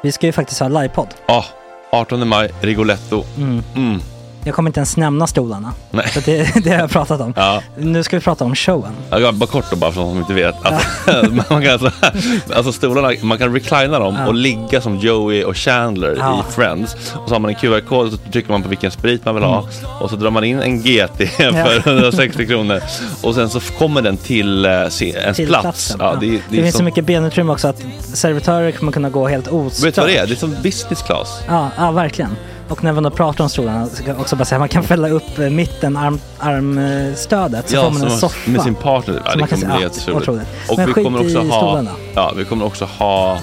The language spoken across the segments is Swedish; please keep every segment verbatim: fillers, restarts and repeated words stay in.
Vi ska ju faktiskt ha livepodd. Ja, artonde maj, Rigoletto. Mm. Mm. Jag kommer inte ens nämna stolarna. Nej. För det, det har jag pratat om. Ja. Nu ska vi prata om showen. Ja, bara kort då, bara för de som inte vet. Alltså, man kan alltså, alltså stolarna, man kan reclina dem ja. och ligga som Joey och Chandler ja. i Friends. Och så har man en Q R-kod och så trycker man på vilken sprit man vill ha. Mm. Och så drar man in en G T för hundrasextio kronor. Och sen så kommer den till uh, ens till plats. Ja, ja. det, det, det är finns som... så mycket benutrymme också att servitörer kommer kunna gå helt ostört. Vet du vad det är? Det är som business class. Ja, ja verkligen. Och när man då pratar om stolarna så kan jag också bara säga att man kan fälla upp mitten, arm, armstödet så ja, får man en soffa. Med sin partner. Ja, det kommer bli helt otroligt. Och men vi kommer också ha, stolarna. ja, vi kommer också ha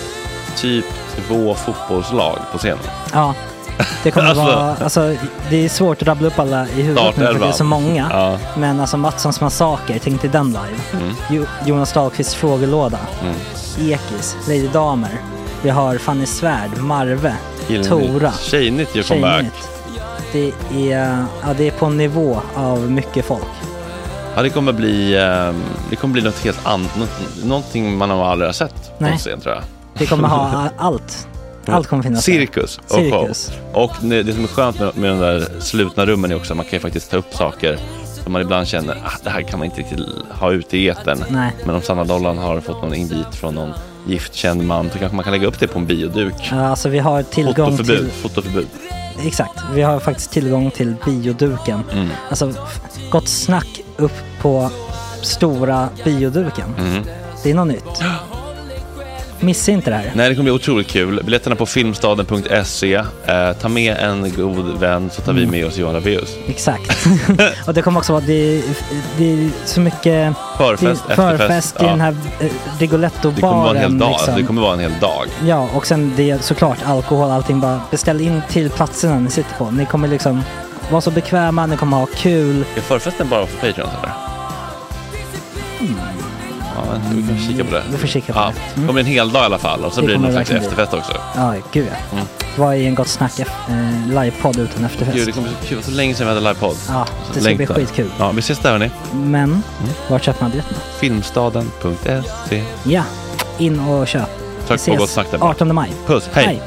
typ två fotbollslag på scenen. Ja, det kommer alltså, vara, alltså det är svårt att rabbla upp alla i huvudet nu för det är så många. Ja. Men alltså Mattssons massaker, tänk till den live. Mm. Jo, Jonas Dahlqvists frågelåda. Mm. Ekis, Lady Damer. Vi har Fanny Svärd, Marve, Gillnytt. Tora. Tjejnytt gör comeback. Det är, ja, det är på en nivå av mycket folk. Ja, det kommer bli, det kommer bli något helt annat. Någonting man har aldrig har sett på scen, tror jag. Vi kommer ha allt. Allt kommer finnas. Cirkus och Cirkus. show. Och det som är skönt med, med de där slutna rummen är också att man kan ju faktiskt ta upp saker som man ibland känner att det här kan man inte riktigt ha ute i etern. Nej. Men om Sanna Dollan har fått någon invit från någon giftkänd man så kanske man kan lägga upp det på en bioduk. Ja, alltså vi har tillgång fotoförbud, till... Fotoförbud. Exakt, vi har faktiskt tillgång till bioduken. Mm. Alltså, gott snack upp på stora bioduken. Mm. Det är något nytt. Missa inte det här. Nej, det kommer bli otroligt kul. Biljetterna på filmstaden punkt se. Eh, ta med en god vän så tar mm. vi med oss Johan Rabaeus. Exakt. Och det kommer också vara det, det är så mycket förfest, det, förfest i ja. den här eh, Rigoletto-baren. Det kommer vara en hel dag. Liksom. Det kommer vara en hel dag. Ja, och sen det är såklart alkohol, allting. Bara beställ in till platserna ni sitter på. Ni kommer liksom vara så bekväma, ni kommer ha kul. Är förfesten bara för Patreon eller? Mm. Ja, vi kan kika på det. Vi får kika på ja, det. Mm. Det kommer en hel dag i alla fall. Och så det blir det någon slags efterfest också. Ja, gud ja. Mm. Vad är en gott snack eh, livepodd utan efterfest? Gud, det kommer så kul. Så länge sedan vi hade livepodd. Ja, det ska Längtar. bli skitkul. Ja, vi ses där hörni. Men, mm. var köper man biljetterna? filmstaden punkt se. Ja, in och köp. Tack på gott snack där. artonde maj. Puss, hej. hej.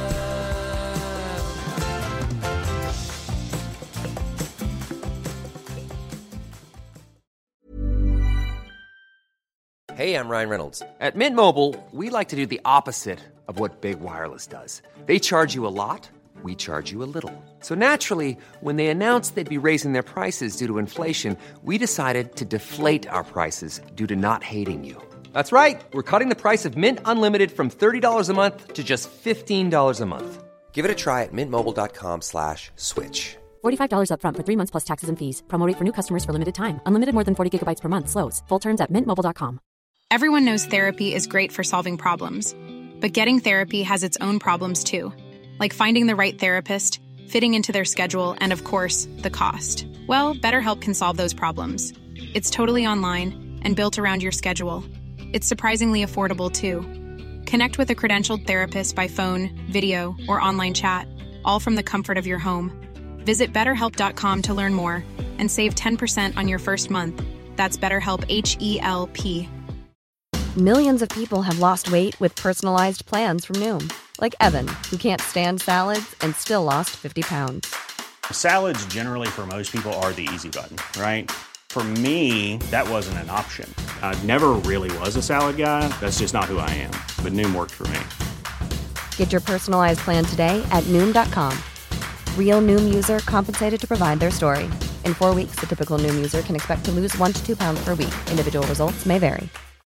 Hey, I'm Ryan Reynolds. At Mint Mobile, we like to do the opposite of what Big Wireless does. They charge you a lot, we charge you a little. So naturally, when they announced they'd be raising their prices due to inflation, we decided to deflate our prices due to not hating you. That's right. We're cutting the price of Mint Unlimited from thirty dollars a month to just fifteen dollars a month. Give it a try at mintmobile.com slash switch. forty-five dollars up front for three months plus taxes and fees. Promo rate for new customers for limited time. Unlimited more than forty gigabytes per month. Slows full terms at mint mobile dot com. Everyone knows therapy is great for solving problems, but getting therapy has its own problems too, like finding the right therapist, fitting into their schedule, and of course, the cost. Well, BetterHelp can solve those problems. It's totally online and built around your schedule. It's surprisingly affordable too. Connect with a credentialed therapist by phone, video, or online chat, all from the comfort of your home. Visit better help dot com to learn more and save ten percent on your first month. That's BetterHelp, H E L P. Millions of people have lost weight with personalized plans from Noom. Like Evan, who can't stand salads and still lost fifty pounds. Salads generally for most people are the easy button, right? For me, that wasn't an option. I never really was a salad guy. That's just not who I am. But Noom worked for me. Get your personalized plan today at Noom dot com. Real Noom user compensated to provide their story. In four weeks, the typical Noom user can expect to lose one to two pounds per week. Individual results may vary.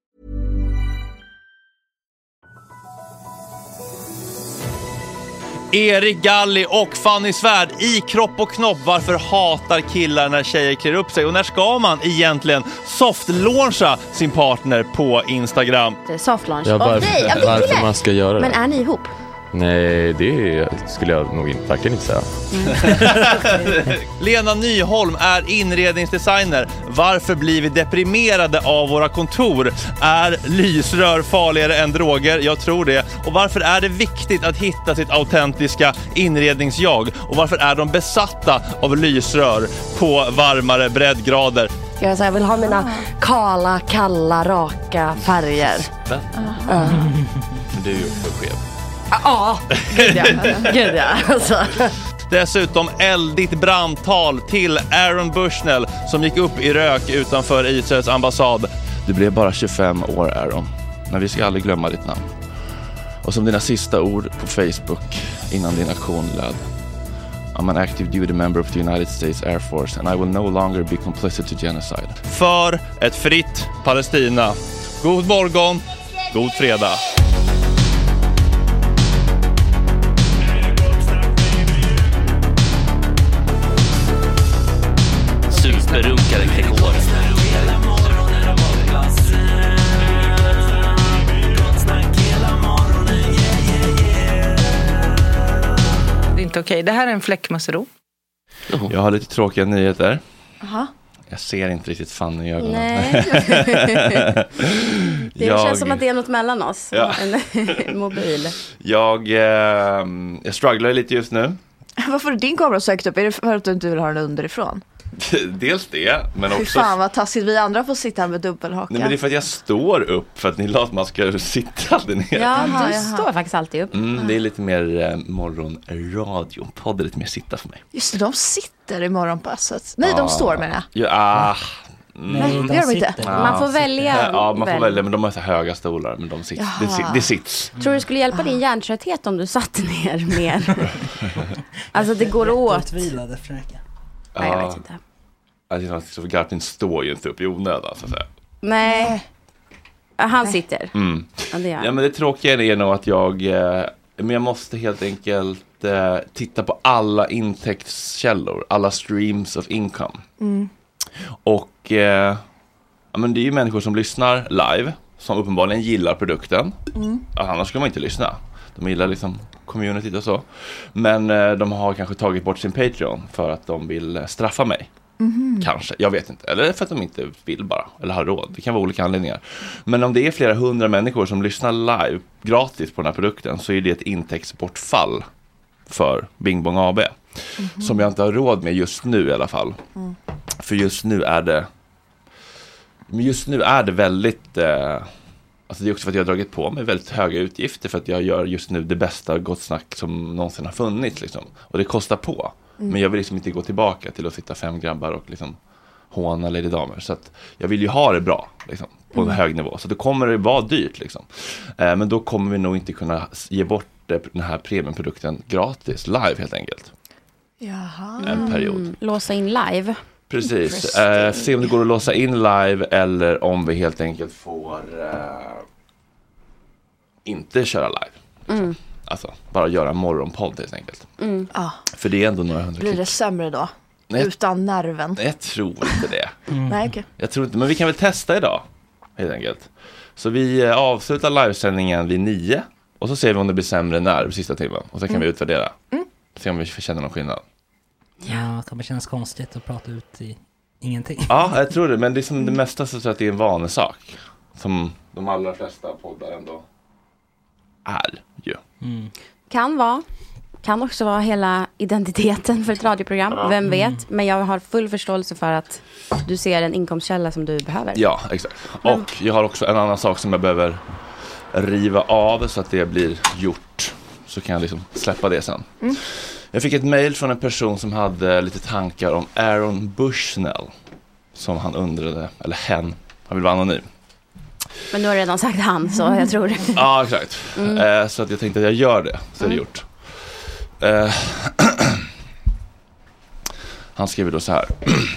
Erik Galli och Fanny Svärd i Kropp och knopp. Varför hatar killar när tjejer klär upp sig? Och när ska man egentligen soft-launcha sin partner på Instagram? Soft-launch? Ja, var, okay, varför man ska göra det. Men är ni ihop? Nej, det skulle jag nog in, verkligen inte säga. Mm. Lena Nyholm är inredningsdesigner. Varför blir vi deprimerade av våra kontor? Är lysrör farligare än droger? Jag tror det. Och varför är det viktigt att hitta sitt autentiska inredningsjag? Och varför är de besatta av lysrör på varmare breddgrader? Jag, så här, vill ha mina kala, kalla, raka färger. Men, uh. Men det är ju för skev. Ja, gud ja. Gud ja. Alltså. Dessutom eldigt brandtal till Aaron Bushnell som gick upp i rök utanför Israels ambassad. Du blev bara tjugofem år, Aaron, men vi ska aldrig glömma ditt namn. Och som dina sista ord på Facebook innan din aktion löd: I'm an active duty member of the United States Air Force and I will no longer be complicit to genocide. För ett fritt Palestina. God morgon, god fredag. Superrunkare Gregor. Det är inte okej. Det här är en fläckmussero. Jag har lite tråkiga nyheter. Aha. Jag ser inte riktigt fan i ögonen. Nej. Det jag... känns som att det är något mellan oss. Ja. En mobil. Jag, eh, jag strugglar lite just nu. Varför är din kamera sökt upp? Är det för att du inte vill ha den underifrån? Dels det, men Fy också... fan vad taskigt, vi andra får sitta här med dubbelhaka. Nej, men det är för att jag står upp, för att ni lade att man ska sitta där nere. Ja, du jaha. står faktiskt alltid upp. Mm, det är lite mer eh, morgonradio. Podd är lite mer sitta för mig. Just det, de sitter i morgonpasset. Nej, ah. de står med det. Ja, ah. Mm. Nej, det gör de inte. Ah, Man får välja. Ja, man får väl. välja, men de har så höga stolar, men de sitter. Det, sit, det sits. Tror du det skulle hjälpa din hjärntrötthet om du satt ner mer? Alltså det går åt. Utvilade fräka. Nej, jag vet inte. Alltså, Kristoffer Garpin står ju inte upp i onödan, så att säga. Nej. Han Nej. sitter. Mm. Ja, det gör. Ja, men det tråkiga är nog att jag... Eh, men jag måste helt enkelt eh, titta på alla intäktskällor. Alla streams of income. Mm. Och eh, ja, men det är ju människor som lyssnar live, som uppenbarligen gillar produkten. Mm. Ja, annars skulle man inte lyssna. De gillar liksom communityt och så. Men eh, de har kanske tagit bort sin Patreon för att de vill straffa mig. Mm-hmm. Kanske, jag vet inte. Eller för att de inte vill bara, eller har råd. Det kan vara olika anledningar. Men om det är flera hundra människor som lyssnar live gratis på den här produkten, så är det ett intäktsbortfall för Bing Bong A B. Mm-hmm. Som jag inte har råd med just nu i alla fall. Mm. För just nu är det Just nu är det väldigt eh, Alltså det är också för att jag har dragit på mig väldigt höga utgifter, för att jag gör just nu det bästa Gott Snack som någonsin har funnits liksom. Och det kostar på. Mm. Men jag vill liksom inte gå tillbaka till att sitta fem grabbar och liksom håna Lady Damer. Så att jag vill ju ha det bra liksom, på en mm. hög nivå. Så då kommer det vara dyrt liksom. Eh, men då kommer vi nog inte kunna ge bort den här premiumprodukten gratis, live helt enkelt. Jaha. En period. Mm, låsa in live. Precis. Eh, se om det går att låsa in live, eller om vi helt enkelt får eh, inte köra live. Mm. Alltså, bara göra en morgonpodd helt enkelt. Mm. Ah. För det är ändå några hundra Blir det klick. sämre då? Nej, utan nerven? Nej, jag tror inte det. Mm. Nej, okay. Jag tror inte, men vi kan väl testa idag helt enkelt. Så vi eh, avslutar livesändningen vid nio. Och så ser vi om det blir sämre när sista timmen. Och så kan mm. vi utvärdera. Mm. Se om vi känner någon skillnad. Ja, det kommer kännas konstigt att prata ut i ingenting. Ja, jag tror det. Men det är som det mesta, så tror jag att det är en vanesak. Som de allra flesta poddar ändå är ju. Mm. Kan vara. Kan också vara hela identiteten för ett radioprogram. Ja. Vem vet. Mm. Men jag har full förståelse för att du ser en inkomstkälla som du behöver. Ja, exakt. Men... Och jag har också en annan sak som jag behöver riva av så att det blir gjort. Så kan jag liksom släppa det sen. Mm. Jag fick ett mejl från en person som hade lite tankar om Aaron Bushnell. Som han undrade, eller hen, han vill vara anonym. Men nu har jag redan sagt han, så jag tror det. Ja, exakt. Mm. Eh, så att jag tänkte att jag gör det, så är det gjort. Eh, han skriver då så här.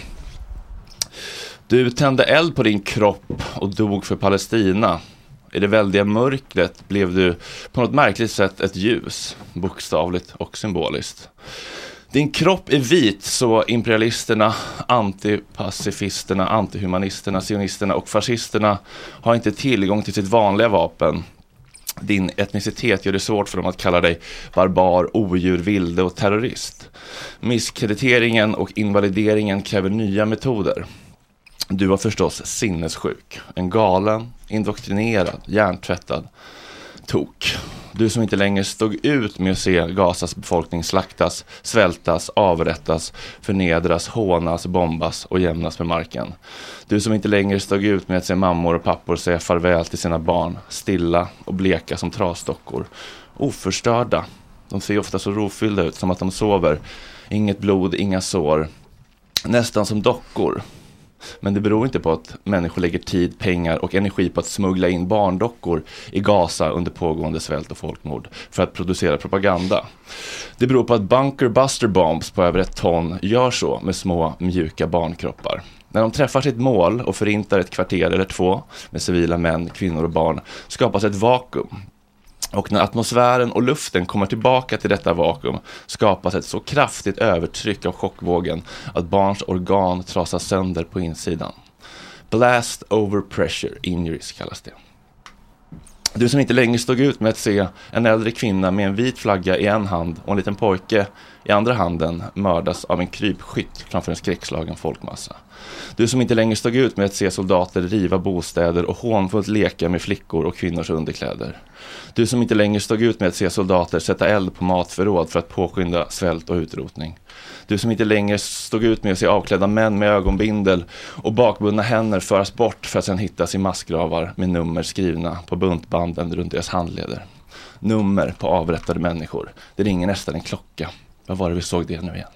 Du tände eld på din kropp och dog för Palestina. I det väldiga mörkret blev du på något märkligt sätt ett ljus, bokstavligt och symboliskt. Din kropp är vit, så imperialisterna, antipacifisterna, antihumanisterna, sionisterna och fascisterna har inte tillgång till sitt vanliga vapen. Din etnicitet gör det svårt för dem att kalla dig barbar, odjur, vilde och terrorist. Misskrediteringen och invalideringen kräver nya metoder. Du var förstås sinnessjuk, en galen, indoktrinerad, hjärntvättad, tok. Du som inte längre stod ut med att se Gazas befolkning slaktas, svältas, avrättas, förnedras, hånas, bombas och jämnas med marken. Du som inte längre stod ut med att se mammor och pappor säga farväl till sina barn, stilla och bleka som trasdockor. Oförstörda. De ser ofta så rofyllda ut, som att de sover. Inget blod, inga sår. Nästan som dockor. Men det beror inte på att människor lägger tid, pengar och energi på att smuggla in barndockor i Gaza under pågående svält och folkmord för att producera propaganda. Det beror på att bunker buster bombs på över ett ton gör så med små mjuka barnkroppar. När de träffar sitt mål och förintar ett kvarter eller två med civila män, kvinnor och barn skapas ett vakuum. Och när atmosfären och luften kommer tillbaka till detta vakuum skapas ett så kraftigt övertryck av chockvågen att barns organ trasas sönder på insidan. Blast over pressure injuries kallas det. Du som inte längre stod ut med att se en äldre kvinna med en vit flagga i en hand och en liten pojke i andra handen mördas av en krypskytt framför en skräckslagen folkmassa. Du som inte längre stod ut med att se soldater riva bostäder och hånfullt leka med flickor och kvinnors underkläder. Du som inte längre stod ut med att se soldater sätta eld på matförråd för att påskynda svält och utrotning. Du som inte längre stod ut med att se avklädda män med ögonbindel och bakbundna händer föras bort för att sedan hittas i massgravar med nummer skrivna på buntbanden runt deras handleder. Nummer på avrättade människor. Det ringer nästan en klocka. Vad var det vi såg det nu igen?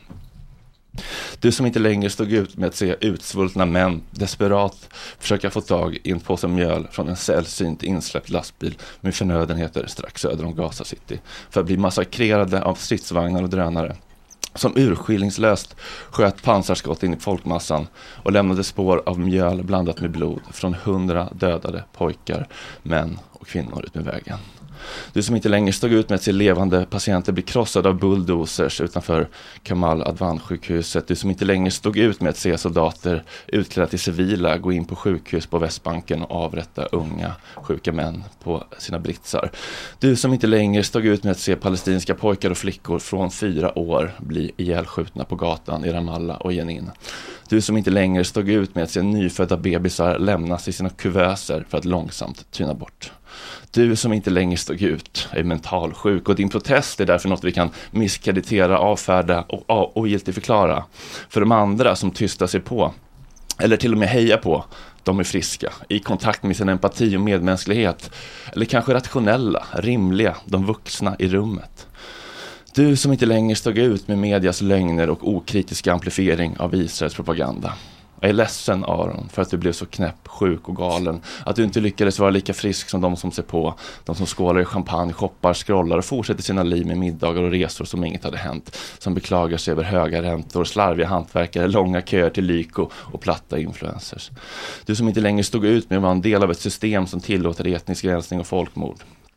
Du som inte längre stod ut med att se utsvultna män desperat försöka få tag i en påse mjöl från en sällsynt insläppt lastbil med förnödenheter strax söder om Gaza City för att bli massakrerade av stridsvagnar och drönare som urskillningslöst sköt pansarskott in i folkmassan och lämnade spår av mjöl blandat med blod från hundra dödade pojkar, män och kvinnor ut med vägen. Du som inte längre stod ut med att se levande patienter bli krossade av bulldozers utanför Kamal Advan-sjukhuset. Du som inte längre stod ut med att se soldater utklädda till civila gå in på sjukhus på Västbanken och avrätta unga, sjuka män på sina britsar. Du som inte längre stod ut med att se palestinska pojkar och flickor från fyra år bli ihjälskjutna på gatan i Ramallah och Jenin. Du som inte längre stod ut med att se nyfödda bebisar lämnas i sina kuverser för att långsamt tyna bort. Du som inte längre stod ut är mentalsjuk och din protest är därför något vi kan misskreditera, avfärda och ogiltigförklara. För de andra som tystar sig på, eller till och med hejar på, de är friska, i kontakt med sin empati och medmänsklighet. Eller kanske rationella, rimliga, de vuxna i rummet. Du som inte längre stod ut med medias lögner och okritisk amplifiering av Israels propaganda. Jag är ledsen, Aron, för att du blev så knäpp, sjuk och galen. Att du inte lyckades vara lika frisk som de som ser på. De som skålar i champagne, shoppar, scrollar och fortsätter sina liv med middagar och resor som inget hade hänt. Som beklagar sig över höga räntor, slarviga hantverkare, långa köer till Lyko och platta influencers. Du som inte längre stod ut med att vara en del av ett system som tillåter etnisk gränsning och folkmord.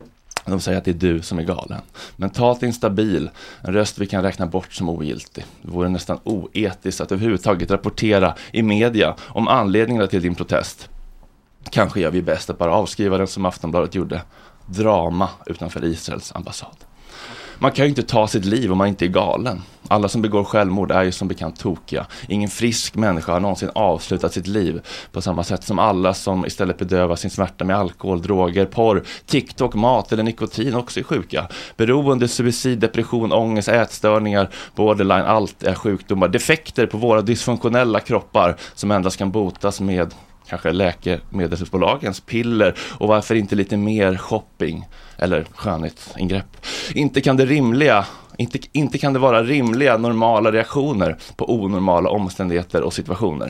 De säger att det är du som är galen. Mentalt instabil, en röst vi kan räkna bort som ogiltig. Det vore nästan oetiskt att överhuvudtaget rapportera i media om anledningarna till din protest. Kanske gör vi bäst att bara avskriva den som Aftonbladet gjorde. Drama utanför Israels ambassad. Man kan ju inte ta sitt liv om man inte är galen. Alla som begår självmord är ju som bekant tokiga. Ingen frisk människa har någonsin avslutat sitt liv på samma sätt som alla som istället bedövar sin smärta med alkohol, droger, porr, TikTok, mat eller nikotin också är sjuka. Beroende, suicid, depression, ångest, ätstörningar, borderline, allt är sjukdomar. Defekter på våra dysfunktionella kroppar som endast kan botas med kanske läkemedelsbolagens piller och varför inte lite mer shopping eller skönhetsingrepp. Inte kan det rimliga, inte, inte kan det vara rimliga normala reaktioner på onormala omständigheter och situationer.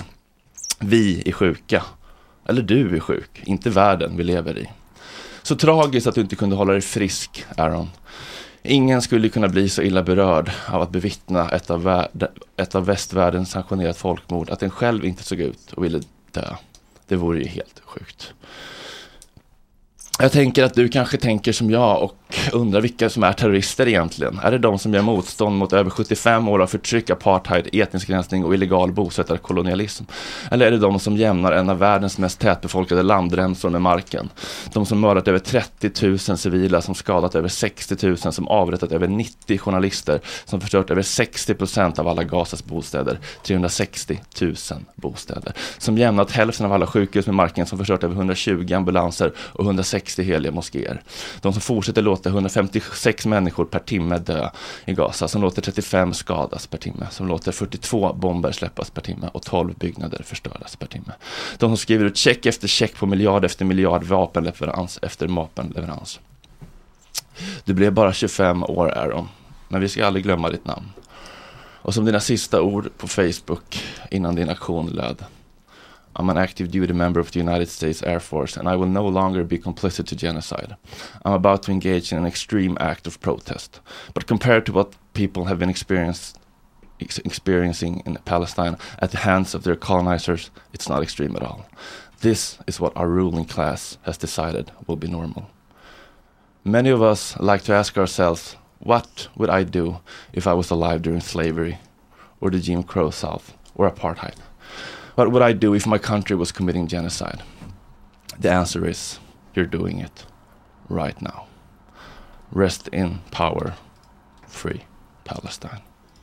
Vi är sjuka. Eller du är sjuk, inte världen vi lever i. Så tragiskt att du inte kunde hålla dig frisk, Aaron. Ingen skulle kunna bli så illa berörd av att bevittna ett av, värld, ett av västvärldens sanktionerat folkmord att den själv inte såg ut och ville dö. Det vore ju helt sjukt. Jag tänker att du kanske tänker som jag och undrar vilka som är terrorister egentligen. Är det de som gör motstånd mot över sjuttiofem år av förtryck, apartheid, etnisk rensning och illegal bosättarkolonialism? Eller är det de som jämnar en av världens mest tätbefolkade landremsor med marken? De som mördat över trettio tusen civila, som skadat över sextio tusen, som avrättat över nittio journalister, som förstört över sextio procent av alla Gazas bostäder, trehundrasextio tusen bostäder, som jämnat hälften av alla sjukhus med marken, som förstört över hundratjugo ambulanser och hundrasextio heliga moskéer. De som fortsätter låta hundrafemtiosex människor per timme dö i Gaza, som låter trettiofem skadas per timme, som låter fyrtiotvå bomber släppas per timme och tolv byggnader förstöras per timme. De som skriver ut check efter check på miljard efter miljard, vapenleverans efter vapenleverans. Du blev bara tjugofem år, Aaron, men vi ska aldrig glömma ditt namn. Och som dina sista ord på Facebook innan din aktion löd: I'm an active duty member of the United States Air Force, and I will no longer be complicit to genocide. I'm about to engage in an extreme act of protest. But compared to what people have been experienced, ex- experiencing in Palestine at the hands of their colonizers, it's not extreme at all. This is what our ruling class has decided will be normal. Many of us like to ask ourselves, what would I do if I was alive during slavery, or the Jim Crow South, or apartheid? What would I do if my country was committing genocide? The answer is, you're doing it right now. Rest in power. Free Palestine.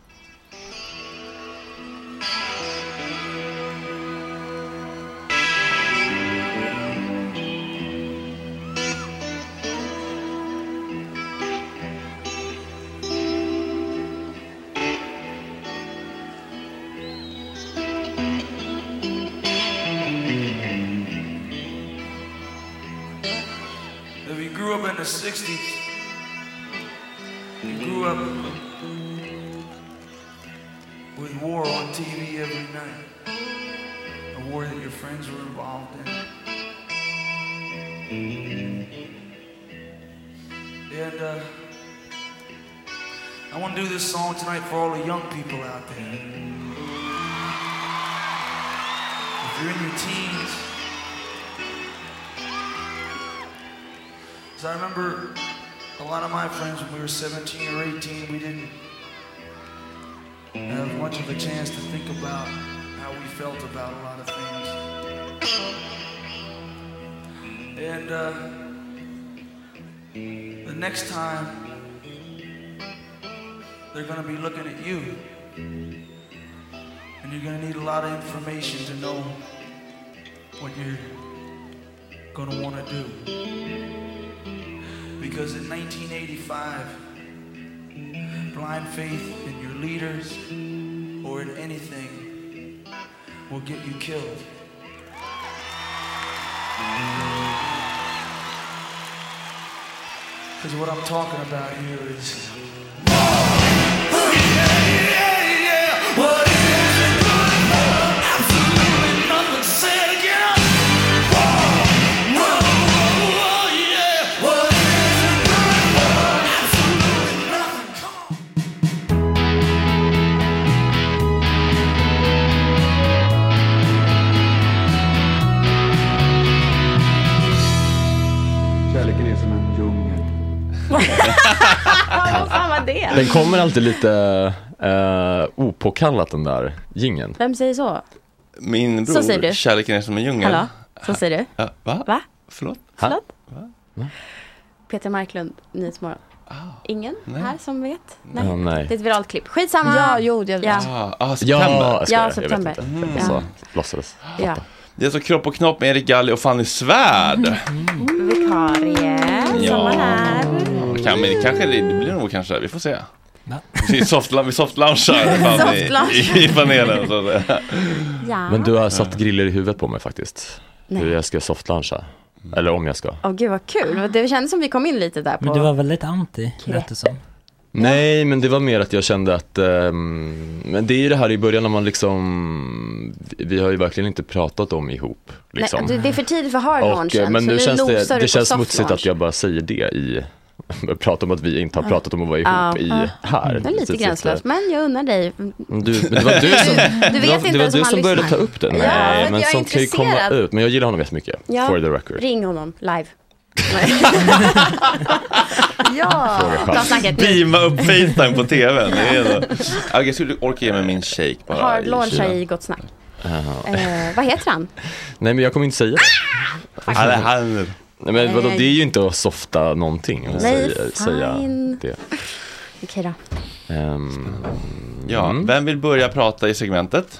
the sixties, you grew up with war on T V every night, a war that your friends were involved in. And uh, I want to do this song tonight for all the young people out there. If you're in your teens, I remember a lot of my friends when we were seventeen or eighteen, we didn't have much of a chance to think about how we felt about a lot of things. And uh, the next time, they're going to be looking at you, and you're going to need a lot of information to know what you're going to want to do. Because in nineteen eighty-five, blind faith in your leaders or in anything will get you killed. Because what I'm talking about here is oh, yeah, yeah, yeah. What is it good for? Absolutely nothing. Say it again. Whoa, whoa, whoa, yeah. What is it good for? Absolutely nothing. Come on. Kärleken är som en djungel. Vad fan var det? Den kommer alltid lite uh, opåkallat, den där jingeln. Vem säger så? Min bror, så säger du. Kärleken är som en djungel. Hallå, så säger du. Ja, va? Va? Förlåt? Förlåt? Va? Va? Peter Marklund, Nyhetsmorgon. Ah, Ingen nej. här som vet? Nej. Ja, nej. Det är ett viralt klipp. Skitsamma. Ja, jo, det är det. Ja, Ah, ah, september. Ja, ja september. Jag vet inte. Mm. Så låtsades. Ja. Det är så Kropp och knopp med Erik Galli och Fanny Svärd. Mm. Vikarie. Ja. Som man är. Kan, men kanske det, det blir nog kanske, vi får se. Vi softla, vi softlaunchar Fanny i, i panelen. Så att säga. Ja. Men du har satt griller i huvudet på mig faktiskt. Nej. Hur jag ska softlauncha. Eller om jag ska. Åh oh, gud vad kul. Det kändes som vi kom in lite där på. Men du var väldigt anti, lät det som. Nej, men det var mer att jag kände att um, men det är ju det här i början när man liksom, vi har ju verkligen inte pratat om ihop liksom. Nej, det är för tidigt för hard launchen. Men nu, nu känns det, det känns smutsigt launch. att jag bara säger det i prata om att vi inte har pratat om att vara ihop uh, i uh, här. Det är lite gränslöst, men jag undrar dig. Du, men det var du som, du vet det var, inte det var som du som började lyssnar. ta upp det. Nej, ja, men sånt kan ju komma ut. Men jag gillar honom jättemycket, ja, for the record. Ring honom live. Ja. Beama upp FaceTime på tvn. Det är så. Jag skulle orka ge mig min shake bara. Har launcha i Gott Snack. Eh, vad heter han? Nej, men jag kommer inte säga det. Alejandro. Nej, men vadå, det är ju inte att softa någonting. Att Nej, säga, säga det. Okej då. Um, ja, mm. vem vill börja prata i segmentet?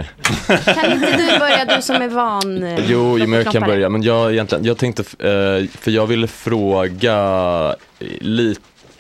Kan inte du börja, du som är van? Eh, jo, jo, men jag kan börja. Men jag, egentligen, jag tänkte, eh, för jag ville fråga lite,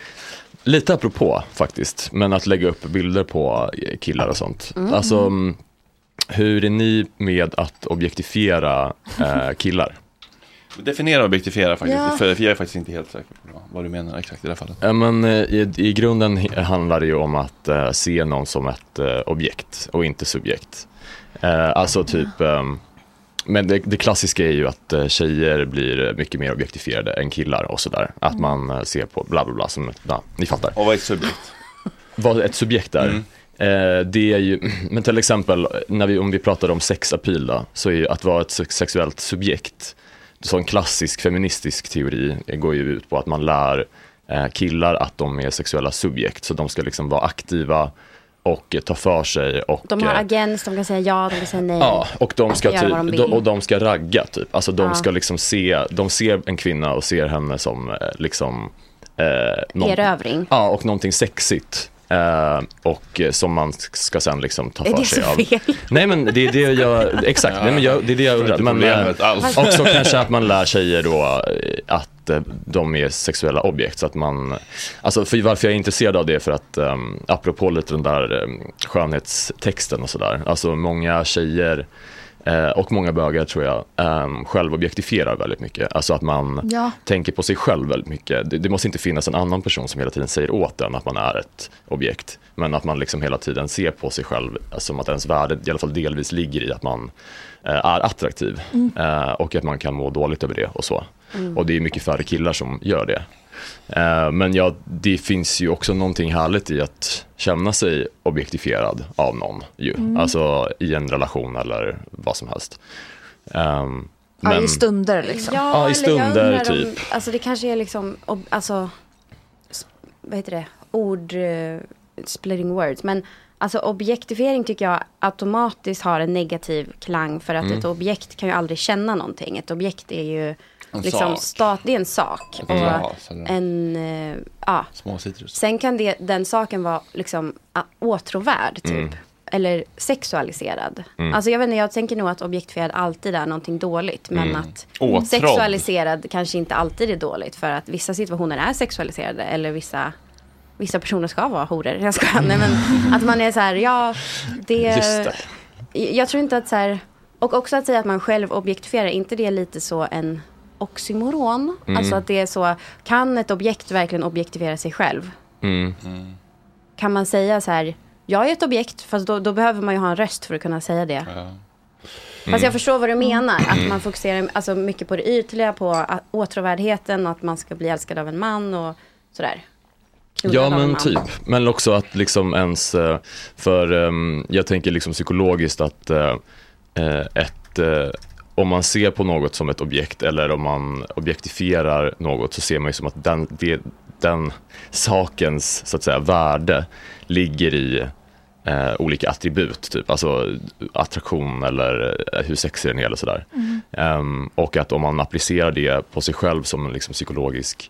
lite apropå faktiskt. Men att lägga upp bilder på killar och sånt. Mm. Alltså, hur är ni med att objektifiera eh, killar? Definiera objektifiera faktiskt, Ja. för, för jag är faktiskt inte helt säker på vad du menar exakt i det här fallet. Ja, men, i, I grunden handlar det ju om att uh, se någon som ett uh, objekt och inte subjekt. Uh, alltså typ, um, men det, det klassiska är ju att uh, tjejer blir mycket mer objektifierade än killar och sådär. Att man uh, ser på bla bla bla som, ja, ni fattar. Och vad är ett subjekt? Vad ett subjekt är? Mm. Uh, det är ju, men till exempel, när vi, om vi pratar om sexappeal då, så är ju att vara ett sexuellt subjekt. Så en klassisk feministisk teori går ju ut på att man lär eh, killar att de är sexuella subjekt. Så de ska liksom vara aktiva och eh, ta för sig. Och, de har eh, agens, de kan säga ja, de kan säga nej. Ja, och de ska, Göra vad de typ, vill. de, och de ska ragga typ. Alltså de Ja. ska liksom se, de ser en kvinna och ser henne som eh, liksom eh, någon, erövring. Ja, och någonting sexigt. Uh, och uh, som man ska sen liksom ta Är för det sig så av. fel? Nej, men det är det jag exakt. Ja. Nej, men jag, det är det jag undrar. Men uh, också kanske att man lär tjejer då uh, att uh, de är sexuella objekt, så att man, alltså för varför jag är intresserad av det är för att um, apropå lite den där um, skönhetstexten och sådär. Alltså många tjejer Eh, och många bögar tror jag eh, självobjektifierar väldigt mycket. Alltså att man Ja. tänker på sig själv väldigt mycket. Det, det måste inte finnas en annan person som hela tiden säger åt en att man är ett objekt. Men att man liksom hela tiden ser på sig själv som att ens värde i alla fall delvis ligger i att man eh, är attraktiv. Mm. Eh, och att man kan må dåligt över det och så. Mm. Och det är mycket färre killar som gör det. Eh, men ja, det finns ju också någonting härligt i att känna sig objektifierad av någon ju. Mm. Alltså i en relation eller vad som helst. Um, Ja, men, i stunder liksom. Ja, Ja, i eller stunder, jag undrar om- typ. Alltså det kanske är liksom, ob- alltså, s- vad heter det? Ord, uh, splitting words. Men alltså objektifiering tycker jag automatiskt har en negativ klang. För att Mm. ett objekt kan ju aldrig känna någonting. Ett objekt är ju En liksom sak. stat, det är en sak. En Och glas eller- en, uh, ja. Små citrus. Sen kan det, den saken vara liksom uh, åtråvärd typ. Mm. Eller sexualiserad. Mm. Alltså jag vet inte, jag tänker nog att objektifierad alltid är någonting dåligt. Men Mm. att Åtrådd. sexualiserad kanske inte alltid är dåligt. För att vissa situationer är sexualiserade. Eller vissa, vissa personer ska vara horor. Jag ska, nej, men att man är så här, ja, det, Just det. Jag tror inte att så här, och också att säga att man själv objektifierar, inte det är lite så en oxymoron? Mm. Alltså att det är så, kan ett objekt verkligen objektifiera sig själv? Mm. Kan man säga så här, jag är ett objekt, fast då, då behöver man ju ha en röst för att kunna säga det. Ja. Fast jag förstår vad du menar, att man fokuserar alltså, mycket på det ytliga, på att, åtråvärdheten och att man ska bli älskad av en man och sådär. Knullad Ja, av en men man. typ. Men också att liksom ens, eh, för um, jag tänker liksom psykologiskt att uh, ett, uh, om man ser på något som ett objekt eller om man objektifierar något, så ser man ju som att den, det, den sakens så att säga värde ligger i eh, olika attribut, typ alltså attraktion eller eh, hur sexig den är eller sådär. Mm. Um, och att om man applicerar det på sig själv som en liksom psykologisk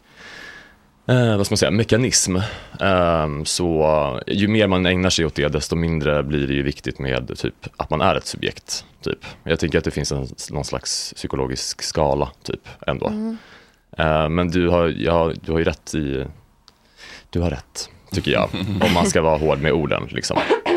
eh, vad ska man säga, mekanism, um, så uh, ju mer man ägnar sig åt det, desto mindre blir det ju viktigt med typ att man är ett subjekt, typ. Jag tänker att det finns en, någon slags psykologisk skala typ ändå. Mm. Uh, men du har, ja, du har ju rätt i du har rätt, tycker jag, om man ska vara hård med orden liksom.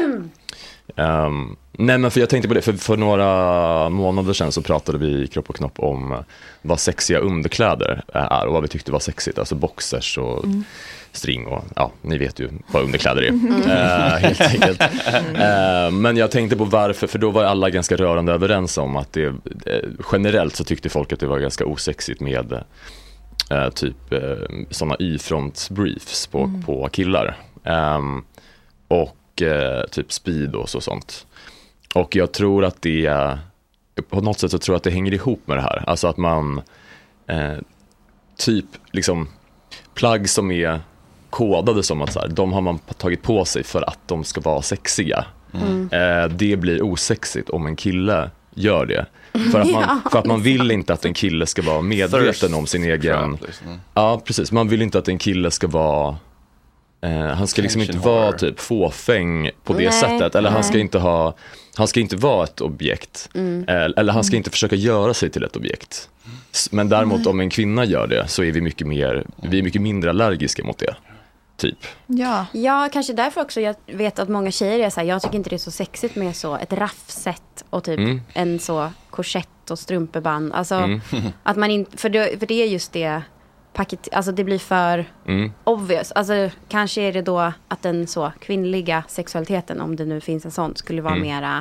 Um, nej, men för jag tänkte på det, för, för några månader sedan så pratade vi i Kropp och Knopp om vad sexiga underkläder är och vad vi tyckte var sexigt, alltså boxers och Mm. string och ja, ni vet ju vad underkläder är. Mm. Uh, helt enkelt. Uh, men jag tänkte på varför, för då var alla ganska rörande överens om att det, uh, generellt så tyckte folk att det var ganska osexigt med uh, typ uh, sådana y-front briefs på, Mm. på killar. Um, och uh, typ speed och så sånt. Och jag tror att det uh, på något sätt så tror jag att det hänger ihop med det här. Alltså att man uh, typ liksom plagg som är kodade som att så här, de har man tagit på sig för att de ska vara sexiga. Mm. Eh, det blir osexigt om en kille gör det. För att, man, ja, för att man vill inte att en kille ska vara medveten om sin egen... Liksom. Ja, precis. Man vill inte att en kille ska vara... Eh, han ska liksom inte vara typ fåfäng på det nej, sättet. Eller nej. han ska inte ha... Han ska inte vara ett objekt. Mm. Eh, eller han ska mm. inte försöka göra sig till ett objekt. Men däremot nej. om en kvinna gör det så är vi mycket mer... Vi är mycket mindre allergiska mot det. Typ. Ja. ja, kanske därför också jag vet att många tjejer är så här, jag tycker inte det är så sexigt med så ett raffset och typ mm. en så korsett och strumpeband. Alltså mm. att man inte, för det, för det är just det paket, alltså det blir för mm. obvious. Alltså kanske är det då att den så kvinnliga sexualiteten, om det nu finns en sån, skulle vara mm. mera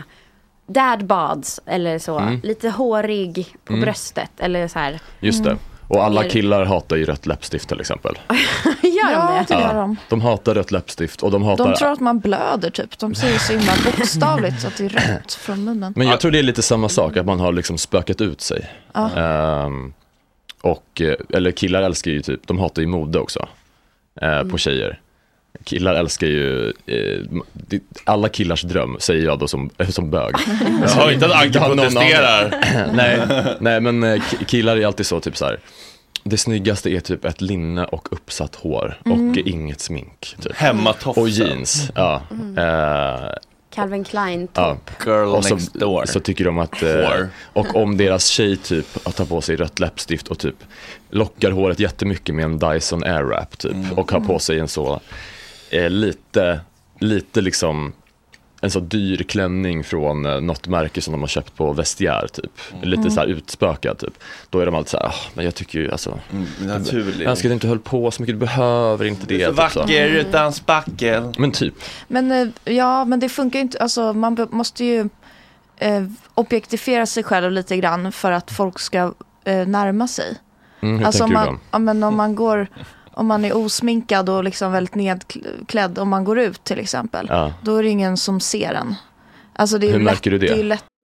dad bods eller så, mm. lite hårig på mm. bröstet eller så här. Just det. Och alla killar hatar ju rött läppstift till exempel. Gör de det? Ja, det gör de. De hatar rött läppstift och de hatar... De tror att man blöder typ. De säger så himla bokstavligt så att det är rött från munnen. Men jag tror det är lite samma sak, att man har liksom spökat ut sig. Ja. Um, och, eller killar älskar ju typ, de hatar ju mode också. Uh, mm. På tjejer. Killar älskar ju eh, alla killars dröm, säger jag då som, som bög. Jag har inte att Anke protesterar. nej, nej, men killar är alltid så typ så här. Det snyggaste är typ ett linne och uppsatt hår mm. och inget smink typ. Hemmatofsen. Och jeans, ja. Mm. Uh, Calvin Klein topp. Ja. Girl och så, next door. Så tycker de att eh, och om deras tjej typ att ta på sig rött läppstift och typ lockar håret jättemycket med en Dyson Airwrap typ mm. och har på sig en så eh, lite lite liksom en så dyr klänning från eh, något märke som de har köpt på Vestiaire typ. Mm. Lite så här utspökad typ. Då är de alltid så här, ah, men jag tycker ju alltså mm, naturligt. Jag önskar att du inte höll på så mycket, du behöver inte det. Du är så typ, vacker så. Utan spackel. Men typ. Men ja, men det funkar ju inte, alltså man måste ju eh, objektifiera sig själv lite grann för att folk ska eh, närma sig. Mm, hur alltså tänker man, du då? ja, men om man går om man är osminkad och liksom väldigt nedklädd, om man går ut till exempel, ja. Då är det ingen som ser en. Alltså det är hur lätt, märker du det? det är lätt.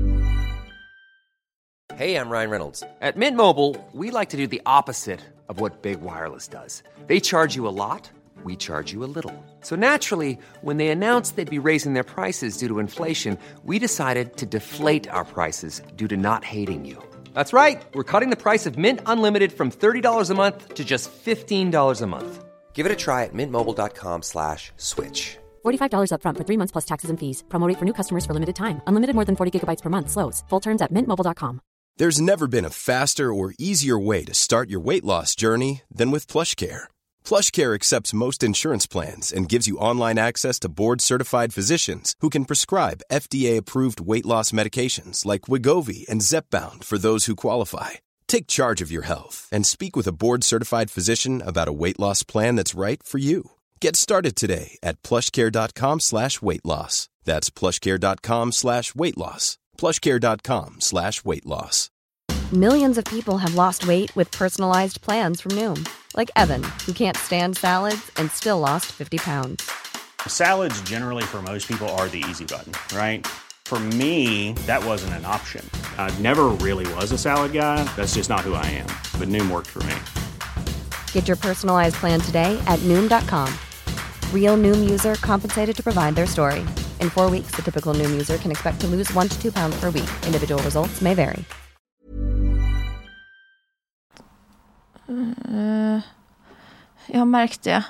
Hey, I'm Ryan Reynolds. At Mint Mobile, we like to do the opposite of what Big Wireless does. They charge you a lot, we charge you a little. So naturally, when they announced they'd be raising their prices due to inflation, we decided to deflate our prices due to not hating you. That's right. We're cutting the price of Mint Unlimited from thirty dollars a month to just fifteen dollars a month. Give it a try at mintmobile.com slash switch. forty-five dollars up front for three months plus taxes and fees. Promo rate for new customers for limited time. Unlimited more than forty gigabytes per month. Slows full terms at mint mobile dot com. There's never been a faster or easier way to start your weight loss journey than with PlushCare. PlushCare accepts most insurance plans and gives you online access to board-certified physicians who can prescribe F D A-approved weight loss medications like Wegovy and Zepbound for those who qualify. Take charge of your health and speak with a board-certified physician about a weight loss plan that's right for you. Get started today at plushcare.com slash weight loss. That's plushcare.com slash weight loss. plushcare.com slash weight loss. Millions of people have lost weight with personalized plans from Noom. Like Evan, who can't stand salads and still lost fifty pounds. Salads generally for most people are the easy button, right? For me, that wasn't an option. I never really was a salad guy. That's just not who I am. But Noom worked for me. Get your personalized plan today at Noom dot com. Real Noom user compensated to provide their story. In four weeks, the typical Noom user can expect to lose one to two pounds per week. Individual results may vary. Uh, jag har märkt det.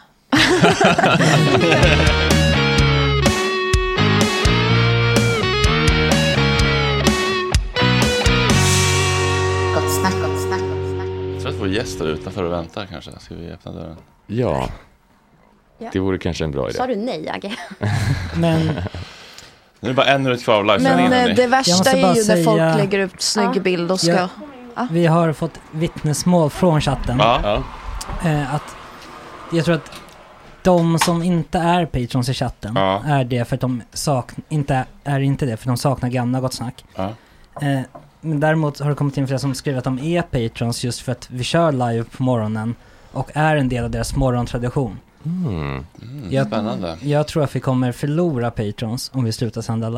Gott snack, gott snack, gott snack. Jag tror att vår gäst är utanför och väntar kanske. Ska vi öppna dörren? Ja. Ja. Det vore kanske en bra idé. Sa du nej, Agge? Men nu är det bara en minut kvar av live. Men det värsta är ju säga... när folk lägger ut snygg bild och ska... Ja. Ja. Vi har fått vittnesmål från chatten. Ja. Eh, att jag tror att de som inte är patrons i chatten ja. är det för att de sakn, inte är inte det för de saknar gamla gott snack. Ja. Eh, men däremot har det kommit in flera som skriver att de är patrons just för att vi kör live på morgonen och är en del av deras morgontradition. Mm. Mm, jag, spännande. Jag tror att vi kommer förlora patrons om vi slutar sända live.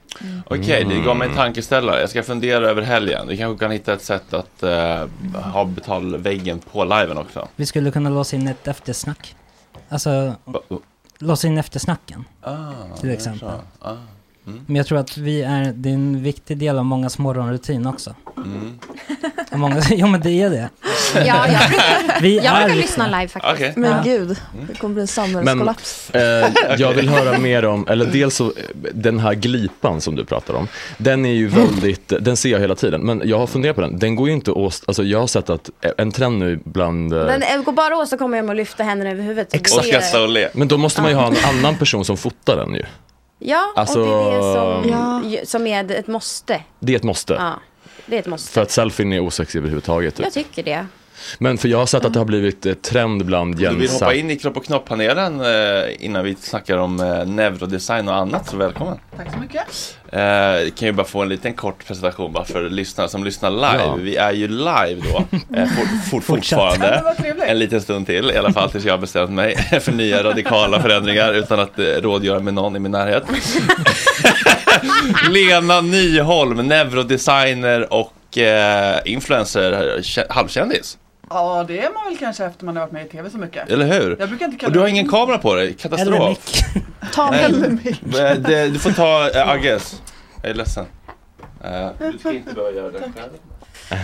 Mm. Okej, okay, det gav mig en tankeställare. Jag ska fundera över helgen. Vi kanske kan hitta ett sätt att uh, ha betalväggen på liven också. Vi skulle kunna låsa in ett eftersnack. Alltså, låsa in eftersnacken. Ah, till exempel. Ah. Mm. Men jag tror att vi är, det är en viktig del av mångas morgonrutin också. Mm. Många, jo men det är det. Ja, jag brukar, vi jag brukar är lyssna live faktiskt. Okay. Men ja. Gud, det kommer bli en samhällskollaps. Men eh, jag vill höra mer om, eller dels så, den här glipan som du pratar om. Den är ju väldigt, den ser jag hela tiden. Men jag har funderat på den. Den går ju inte åt, alltså jag har sett att en trend nu bland... Den går bara åt så kommer jag att lyfta händerna över huvudet. Exakt. Men då måste man ju ha en annan person som fotar den ju. Ja, alltså, och det är det som, ja. som är ett måste. Det är ett måste. Ja, det är ett måste. För att selfien är osexig överhuvudtaget. Typ. Jag tycker det. Men för jag har sett att det har blivit ett trend bland Jensa. Du vill hoppa in i kropp- och knopp-panelen eh, innan vi snackar om eh, neurodesign och annat, så välkommen. Tack så mycket. Eh, kan ju bara få en liten kort presentation bara för lyssnare som lyssnar live. Ja. Vi är ju live då, eh, for, for, fortfarande. En liten stund till, i alla fall tills jag har bestämt mig för nya radikala förändringar utan att eh, rådgöra med någon i min närhet. Lena Nyholm, neurodesigner och eh, influencer, halvkändis. Ja, det är man väl kanske efter man har varit med i tv så mycket. Eller hur? Jag brukar inte och du har ingen kamera på dig, katastrof. Ta en mick. Du får ta äh, Agges. Jag är ledsen. Uh, du ska inte behöva göra det själv.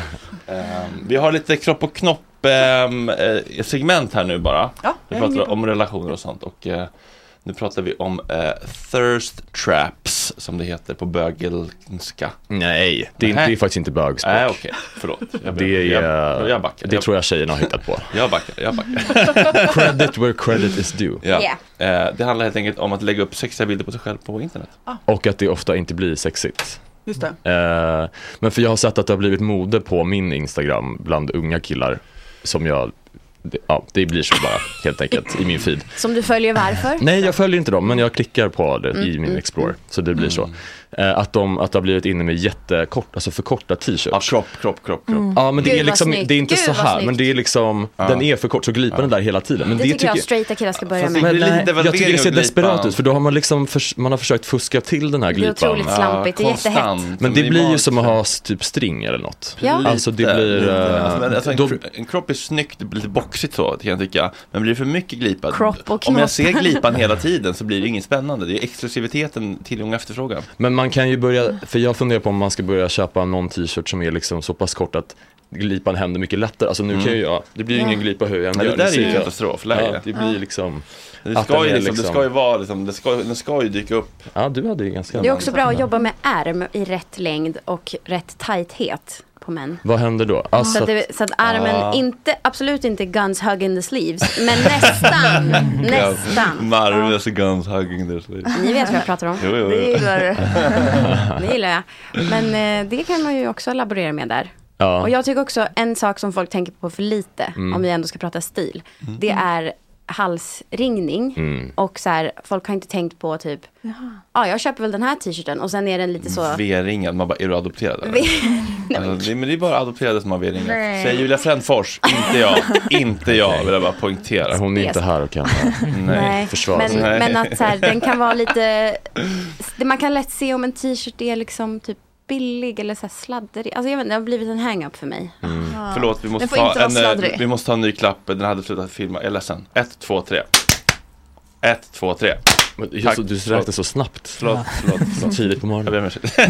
Um, vi har lite kropp och knopp um, uh, segment här nu bara. Ja, vi pratar om relationer och sånt. Och uh, nu pratar vi om uh, thirst traps, som det heter på bögelska. Nej, det är, det är faktiskt inte bögspråk. Nej, okej, okay. Förlåt. Jag det är, jag, jag backar. Det jag, tror jag tjejerna har hittat på. Jag backar, jag backar. Credit where credit is due. Ja. Yeah. Uh, det handlar helt enkelt om att lägga upp sexiga bilder på sig själv på internet. Ah. Och att det ofta inte blir sexigt. Just det. Uh, men för jag har sett att det har blivit mode på min Instagram bland unga killar som jag... Det, ja, det blir så bara, helt enkelt, i min feed. Som du följer varför? Nej, jag följer inte dem, men jag klickar på det mm, i min mm, Explorer. Så det blir mm. så. Eh, att, de, att de har blivit inne med jättekort, alltså för korta t-shirts. Ja, kropp, kropp, kropp, kropp. Mm. Ja, men det Gud, är liksom, det är inte Gud, så här, men det är liksom, ja. den är för kort, så glipan ja. är där hela tiden. Men det, det tycker jag straighta killar ska börja med. Men nej, jag tycker det ser desperat ut, för då har man liksom, för, man har försökt fuska till den här glipan. Det är otroligt slampigt, ja, det är jättehett. Men det blir ju som att ha typ string eller något. Ja. Alltså det blir... Uh, alltså, alltså, en, då, en kropp är snyggt, det blir lite boxigt så, kan jag tycka. Men blir det för mycket glipa, och om jag ser glipan hela tiden så blir det inget spännande. Det är exklusiviteten, tillgång och efterfrågan. Men man kan ju börja, för jag funderar på om man ska börja köpa någon t-shirt som är liksom så pass kort att glipan händer mycket lättare. Alltså nu mm. kan ju jag, det blir ju ja. ingen glipa hur jag än gör. Det där är ju katastrofläge. Ja, det blir ja. liksom... Det ska, ju liksom, liksom, det ska ju vara liksom, det ska, det ska ju dyka upp. Ja, du hade ju ganska... Det är också bra att jobba med ärm i rätt längd och rätt tajthet på män. Vad händer då? Alltså, så, att det, så att armen ah. inte, absolut inte guns hugging the sleeves, men nästan, nästan. Marvelous guns hugging the sleeves. Ni vet vad jag pratar om. Jo, jo, jo. Det gillar det gillar jag. Men eh, det kan man ju också laborera med där. Ja. Och jag tycker också en sak som folk tänker på för lite, mm. om vi ändå ska prata stil, mm. det är halsringning mm. och så här, folk har inte tänkt på typ ja, ah, jag köper väl den här t-shirten och sen är den lite så V-ringad, man bara, är du adopterad? Eller? Alltså, det, men det är bara adopterade som har V-ringat. Säger Julia Frändfors, inte jag inte jag, vill jag bara poängtera. Hon är inte här och kan nej, försvara men, sig. Men att så här, den kan vara lite man kan lätt se om en t-shirt är liksom typ billig eller så här sladdrig. Alltså jag vet, det har blivit en hang-up för mig. Mm. Ja. Förlåt, vi måste, ta en, vi måste ta en ny klapp. Den hade slutat filma. Jag är ledsen. Ett, två, tre. Ett, två, tre. Just, du räknar så snabbt. Förlåt, förlåt, förlåt. Så tidigt på morgonen.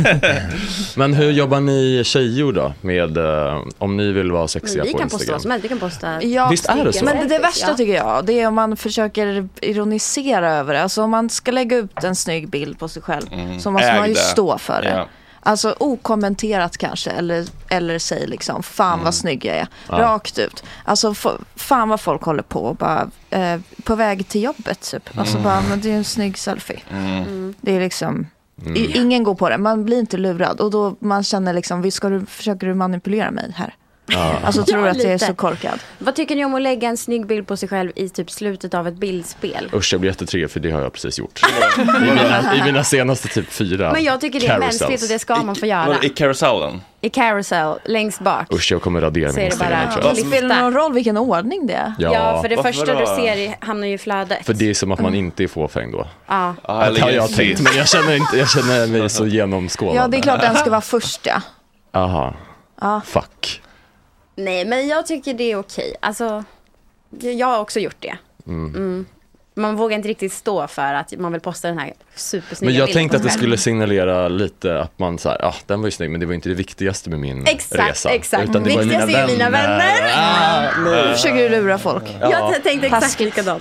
Men hur jobbar ni tjejer då med uh, om ni vill vara sexiga på Instagram? Posta oss, men vi kan posta. Ja, visst är det så? Men det, det värsta tycker jag, det är om man försöker ironisera över det. Alltså om man ska lägga ut en snygg bild på sig själv mm. så måste Ägde. man ju stå för det. Ja. Alltså okommenterat kanske, eller, eller säg liksom, fan mm. vad snygg jag är, ja. rakt ut. Alltså f- fan vad folk håller på och bara, eh, på väg till jobbet typ. Mm. Alltså bara, men det är en snygg selfie. Mm. Det är liksom, mm. i, ingen går på det, man blir inte lurad. Och då man känner liksom, vi ska du, försöker du manipulera mig här? Ja. Alltså tror du Ja, att det är lite. så korkad? Vad tycker ni om att lägga en snygg bild på sig själv i typ slutet av ett bildspel? Usch, jag blir jättetrygg för det har jag precis gjort. I mina, i mina senaste typ fyra Men jag tycker det är carousels. mänskligt och det ska man få göra. I carouselen? I carousel, längst bak. Usch, jag kommer radera Så min är det Instagram. bara- tror jag. Ja. Spelar det någon roll vilken ordning det är? Ja. Ja, för det Varför första då? du ser hamnar ju i flödet. För det är som att man inte är fåfäng då. Ja. Ah, Det har jag tänkt, men jag känner, inte, jag känner mig så genomskådad. Ja, det är klart den ska vara först, ja. Aha. Ja. Fuck. Nej, men jag tycker det är okej. Alltså, jag har också gjort det. Mm. Mm. Man vågar inte riktigt stå för att man vill posta den här supersnygga Men jag bilden tänkte på att det sig skulle själv. signalera lite att man så här, ja, ah, den var ju snygg, men det var inte det viktigaste med min Exakt, resa. exakt. Utan det var ju Viktigast är mina vänner. Ah, Nu försöker du lura folk. Ja. Jag tänkte exakt likadant.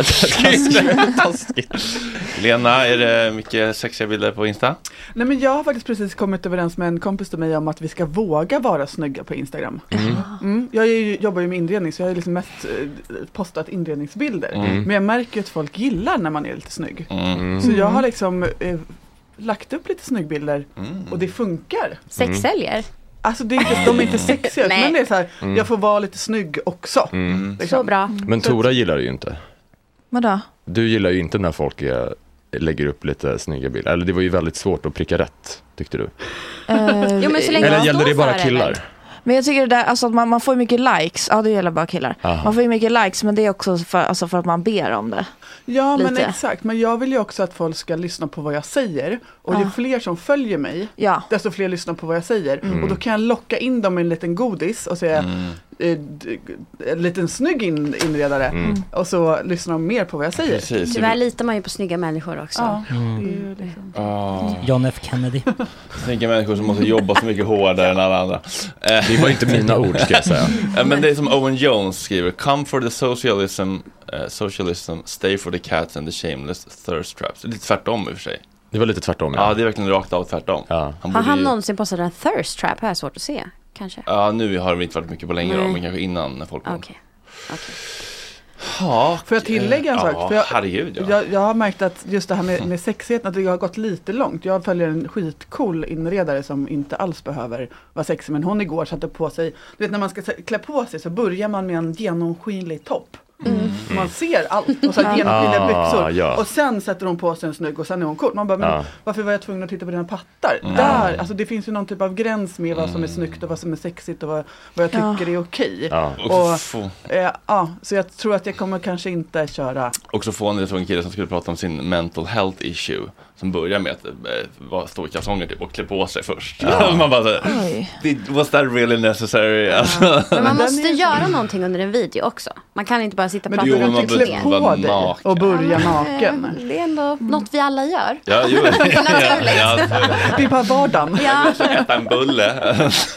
Lena, är det mycket sexiga bilder på Insta? Nej, men jag har faktiskt precis kommit överens med en kompis till mig om att vi ska våga vara snygga på Instagram. Mm. Mm. Jag är ju, jobbar ju med inredning, så jag har liksom mest eh, postat inredningsbilder. Mm. Men jag märker ju att folk gillar när man är lite snygg. Mm. Så jag har liksom eh, lagt upp lite snyggbilder Mm. och det funkar. Sexsäljer? Alltså det är inte, de är inte sexiga, Nej. men det är så här, Mm. jag får vara lite snygg också. Mm. Liksom. Så bra. Men Tora gillar det ju inte. Vadå? Du gillar ju inte när folk är, lägger upp lite snygga bilder. Eller det var ju väldigt svårt att pricka rätt, tyckte du. Uh, Jo, men så länge Eller man gäller står det bara för killar? eller? Men jag tycker det där, alltså att man, man får ju mycket likes. Ja, det gäller bara killar. Aha. Man får ju mycket likes, men det är också för, alltså för att man ber om det. Ja, men Lite. exakt. Men jag vill ju också att folk ska lyssna på vad jag säger. Och ju Ja. fler som följer mig, Ja. desto fler lyssnar på vad jag säger. Mm. Och då kan jag locka in dem med en liten godis och säga Mm. eh, d- en liten snygg in, inredare. Mm. Och så lyssnar de mer på vad jag säger. Precis. Tyvärr litar man ju på snygga människor också. Ja, Mm. det är ju liksom. Ah. John F. Kennedy. Tänker människor som måste jobba så mycket hårdare än alla andra. Eh, Det var inte mina ord, ska jag säga. eh, Men det är som Owen Jones skriver: come for the socialism, uh, socialism, stay for the cats and the shameless thirst traps. Det är lite tvärtom i och för sig. Det var lite tvärtom. Ja, det är verkligen rakt av tvärtom. Ja. Har borde han ju- någonsin postat en thirst trap? Här är svårt att se, kanske. Ja, nu har det inte varit mycket på länge då, Nej. men kanske innan när folk kom. Okej. Okej. Ja, Får jag tillägga en ja, sak? För jag, herregud, ja. jag, jag har märkt att just det här med, med sexigheten, att det har gått lite långt. Jag följer en skitcool inredare som inte alls behöver vara sexig, men hon igår satte på sig, du vet när man ska se- klä på sig så börjar man med en genomskinlig topp. Mm. Man ser allt och så här genomskinliga Ah, byxor. ja. Och sen sätter hon på sig en snygg och sen är hon cool. Man bara, men Ja. varför var jag tvungen att titta på dina pattar? Mm. Där, alltså det finns ju någon typ av gräns med vad som är snyggt och vad som är sexigt och vad, vad jag Ja. tycker är okej. Ja. Och, Få- eh, ja, så jag tror att jag kommer kanske inte köra. Också få en, en kille som skulle prata om sin mental health issue, som börjar med att eh, vara stå i kalsonger typ, och klä på sig först. Ja. Man bara så här, Oj. "Did- was that really necessary?" Alltså. Men man den måste är- göra någonting under en video också. Man kan inte bara sitta och Men prata du Jo, om kan man inte något klä behöver mer. på vara dig naken. och börja naken. Eh, Det är ändå något vi alla gör. Ja, jo. Naturligt. Ja, Det är bara vardagen. Ja, äta en bulle.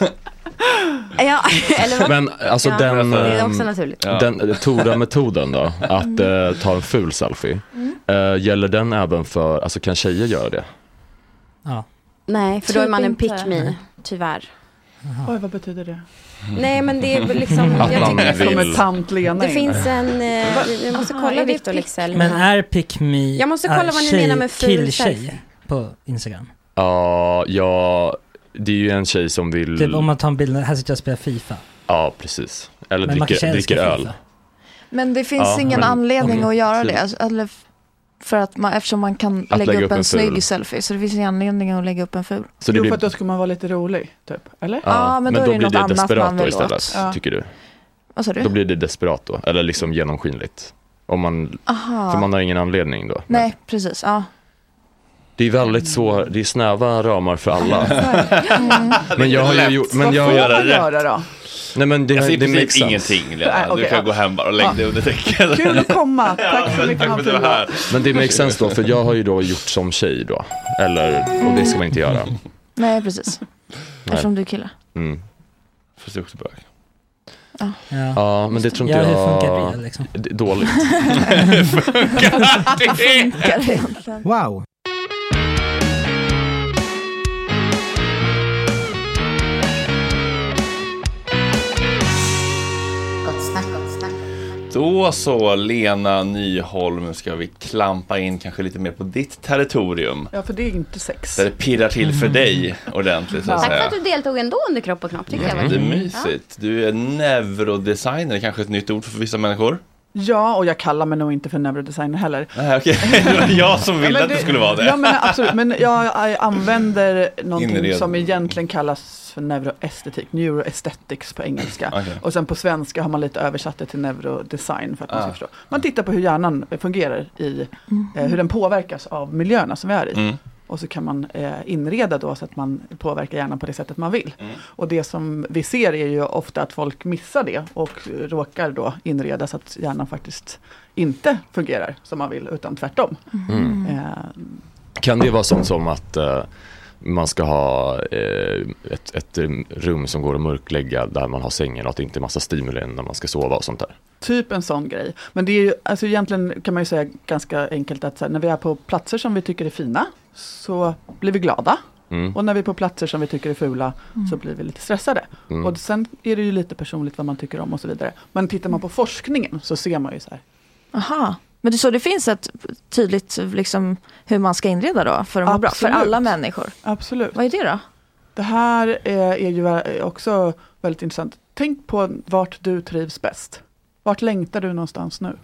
ja. eller vad? Men alltså Ja, den, det är också ehm, naturligt. Ja. den Tora-metoden då, att eh, ta en ful selfie, eh, gäller den även för, alltså kan tjejer göra det? Ja. Nej, för då är Typ man en inte. pick me, tyvärr. Oj, vad betyder det? Nej, men det är väl liksom... Att jag man tycker Som vill- ett tant Lena. det finns en... Eh, jag måste Aha, kolla är det Victor pick- Leksell. Men är pick me Jag måste kolla är vad ni tjej- menar med ful killtjej selfie. på Instagram? Ja, ja, det är ju en tjej som vill, Typ om man tar en bild, här sitter jag och spelar FIFA. ja precis, eller Men man dricker, kanske dricker älskar öl. FIFA. Men det finns Ja, ingen men- anledning okej. att göra det. Tydligt. Alltså, eller f- för att man, eftersom man kan Att lägga, lägga upp upp en en ful. snygg selfie. Så det finns ingen anledning att lägga upp en ful. Så det Jo, blir, för att då ska man vara lite rolig, typ. Eller? Ja, men då är det något annat man Desperato vill istället, åt. Ja. tycker du? Vad sa du? Då blir det Desperato, eller liksom genomskinligt. Om man, Aha. för man har ingen anledning då. Men Nej, precis. Ja. det är väldigt så, det är snäva ramar för alla. Mm. Men jag har ju gjort, men Vad jag får göra man rätt. göra då? nej men det, Jag säger det makes precis sense. ingenting, Lena. Nej, Du okej, kan ja. gå hem bara och lägga det under täcket. Kul att komma. Tack så mycket. Tack för att du var här. Men det makes sense då, för jag har ju då gjort som tjej då. Eller, och det ska man inte göra. Nej, precis. Eftersom du är kille. Mm. Fast det är också bra. Ja. Ja. Ja, men det tror inte Ja, jag... hur funkar det liksom? Det är dåligt. Funkar det egentligen? Wow. Då så, Lena Nyholm, ska vi klampa in kanske lite mer på ditt territorium. Ja, för det är inte sex. Där det pirrar till för dig ordentligt, så att Tack säga. för att du deltog ändå under Kropp och Knopp, tycker jag. Det är mysigt. Du är neurodesigner, kanske ett nytt ord för vissa människor. Ja, och jag kallar mig nog inte för neurodesigner heller. Nej, okej. Det var jag som ville ja, att det skulle vara det. Ja, men absolut. Men jag använder någonting Inred. som egentligen kallas för neuroestetik, neuroaesthetics på engelska. Okay. Och sen på svenska har man lite översatt det till neurodesign för att man ska Ah. förstå. Man tittar på hur hjärnan fungerar i, eh, hur den påverkas av miljöerna som vi är i. Mm. Och så kan man eh, inreda då så att man påverkar hjärnan på det sättet man vill. Mm. Och det som vi ser är ju ofta att folk missar det och råkar då inreda så att hjärnan faktiskt inte fungerar som man vill utan tvärtom. Mm. Eh, Kan det vara sånt som att uh, man ska ha uh, ett, ett rum som går att mörklägga där man har sängen och att det inte är massa stimuli när man ska sova och sånt där? Typ en sån grej. Men det är ju, alltså egentligen kan man ju säga ganska enkelt att så här, när vi är på platser som vi tycker är fina så blir vi glada. Mm. Och när vi är på platser som vi tycker är fula mm. så blir vi lite stressade. Mm. Och sen är det ju lite personligt vad man tycker om och så vidare. Men tittar man på forskningen så ser man ju så här. Aha. Men det, så det finns ett tydligt liksom, hur man ska inreda då för att må bra? För alla människor? Absolut. Vad är det då? Det här är, är ju också väldigt intressant. Tänk på vart du trivs bäst. Vart längtar du någonstans nu?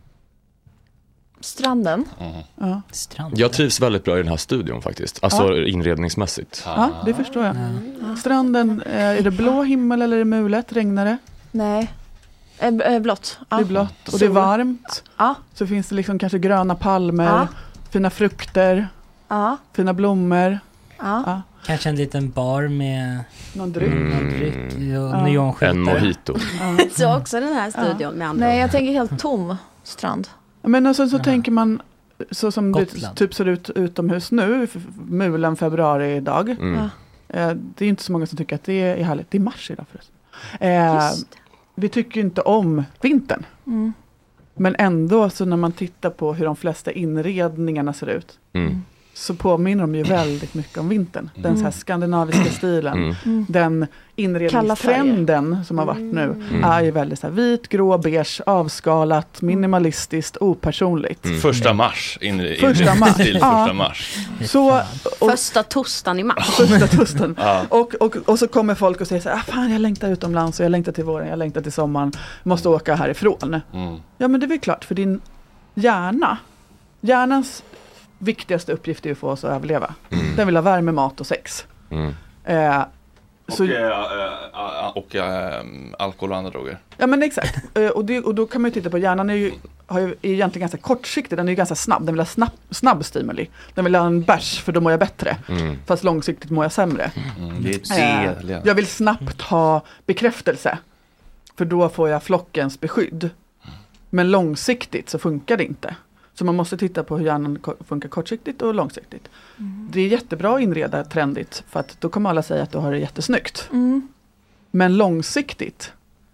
Stranden. Mm. Ja. Stranden. Jag trivs väldigt bra i den här studion faktiskt. Alltså Ja. inredningsmässigt. Ja, det förstår jag. Mm. Stranden, är det blå himmel eller är det mulet? Regnar det? Nej. Äh, blått. Ja. Det är blått och det är varmt. Ja. Så finns det liksom kanske gröna palmer, Ja. fina frukter, Ja. fina blommor. Ja. Ja. Kanske en liten bar med någon dryck. Mm. Någon dryck och Ja. neonskyltar. En mojito. Ja. Så också den här studion Ja. med andra Nej, ord. jag tänker helt tom strand. Men alltså, så tänker man så som det Gotland. typ ser ut utomhus nu, f- mulen februari idag. Mm. Ja. Eh, det är inte så många som tycker att det är härligt. Det är mars idag förresten. Eh, Just det. vi tycker inte om vintern. Mm. Men ändå så när man tittar på hur de flesta inredningarna ser ut Mm. så påminner de ju väldigt mycket om vintern. Den så här skandinaviska stilen. Mm. Mm. Den inredningstrenden som har varit nu Mm. är ju väldigt så här vit, grå, beige, avskalat, minimalistiskt, opersonligt. Mm. Första mars. In, in, Första mars. Stil Ja. första mars. Så, och, Första tostan i mars. första tusten. Ja. Och, och, och så kommer folk och säger så här, ah, fan jag längtar utomlands och jag längtar till våren, jag längtar till sommaren, måste åka härifrån. Mm. Ja men det är väl klart, för din hjärna, hjärnans viktigaste uppgift är att få oss att överleva. Mm. Den vill ha värme, mat och sex. Mm. Eh, så, Och, äh, äh, och äh, alkohol och andra droger. ja men exakt. Eh, och, det, och då kan man ju titta på, hjärnan är ju, har ju, är egentligen ganska kortsiktig, den är ju ganska snabb. Den vill ha snabb, snabb stimuli. Den vill ha en bärs för då mår jag bättre. Mm. Fast långsiktigt mår jag sämre. Mm. Det är det. Eh, jag vill snabbt ha bekräftelse. För då får jag flockens beskydd. Men långsiktigt så funkar det inte. Så man måste titta på hur hjärnan ko- funkar kortsiktigt och långsiktigt. Mm. Det är jättebra att inreda trendigt. För att då kommer alla säga att du har det jättesnyggt. Mm. Men långsiktigt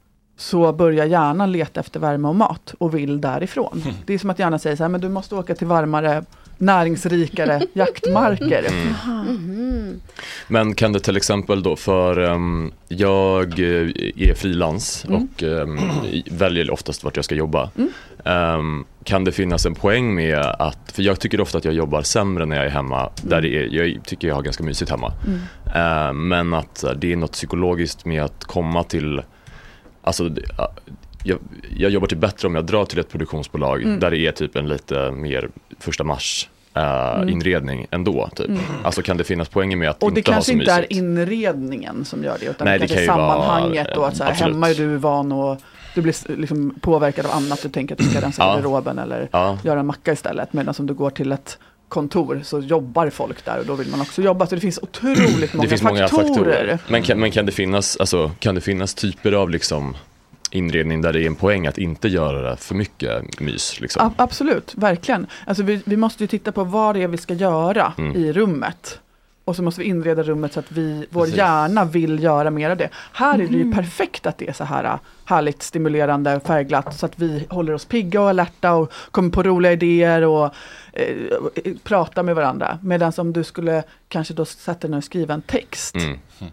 så börjar hjärnan leta efter värme och mat och vill därifrån. Mm. Det är som att hjärnan säger så här, men du måste åka till varmare, näringsrikare jaktmarker. Mm. Mhm. Men kan det till exempel då, för um, jag eh, är frilans Mm. och um, väljer oftast vart jag ska jobba. Mm. Um, kan det finnas en poäng med att, för jag tycker ofta att jag jobbar sämre när jag är hemma, där det är, jag tycker jag har ganska mysigt hemma. Mm. Uh, men att det är något psykologiskt med att komma till, alltså det- jag, jag jobbar till bättre om jag drar till ett produktionsbolag Mm. där det är typ en lite mer första mars Uh, Mm. inredning ändå typ. Mm. Alltså kan det finnas poänger med att Och det inte ha kanske så inte mysigt? är inredningen som gör det, utan Nej, det det kanske är kan ju vara- sammanhanget och att så här, absolut. hemma är du van och du blir s- liksom påverkad av annat. Du tänker att du ska rensa Ja. garderoben eller Ja. göra en macka istället. Medan om du går till ett kontor så jobbar folk där och då vill man också jobba. Så det finns otroligt många, Det finns faktorer. många faktorer. Men kan, men kan det finnas, alltså, kan det finnas typer av liksom inredning där det är en poäng att inte göra det för mycket mys liksom? A- absolut, verkligen. Alltså vi, vi måste ju titta på vad det är vi ska göra Mm. i rummet. Och så måste vi inreda rummet så att vi, vår Precis. hjärna vill göra mer av det. Här är det ju Mhm. perfekt att det är så här äh, härligt stimulerande, färgglatt. Så att vi håller oss pigga och alerta och kommer på roliga idéer och eh, pratar med varandra. Medan om du skulle kanske då sätta dig ner och skriva en text. Mm.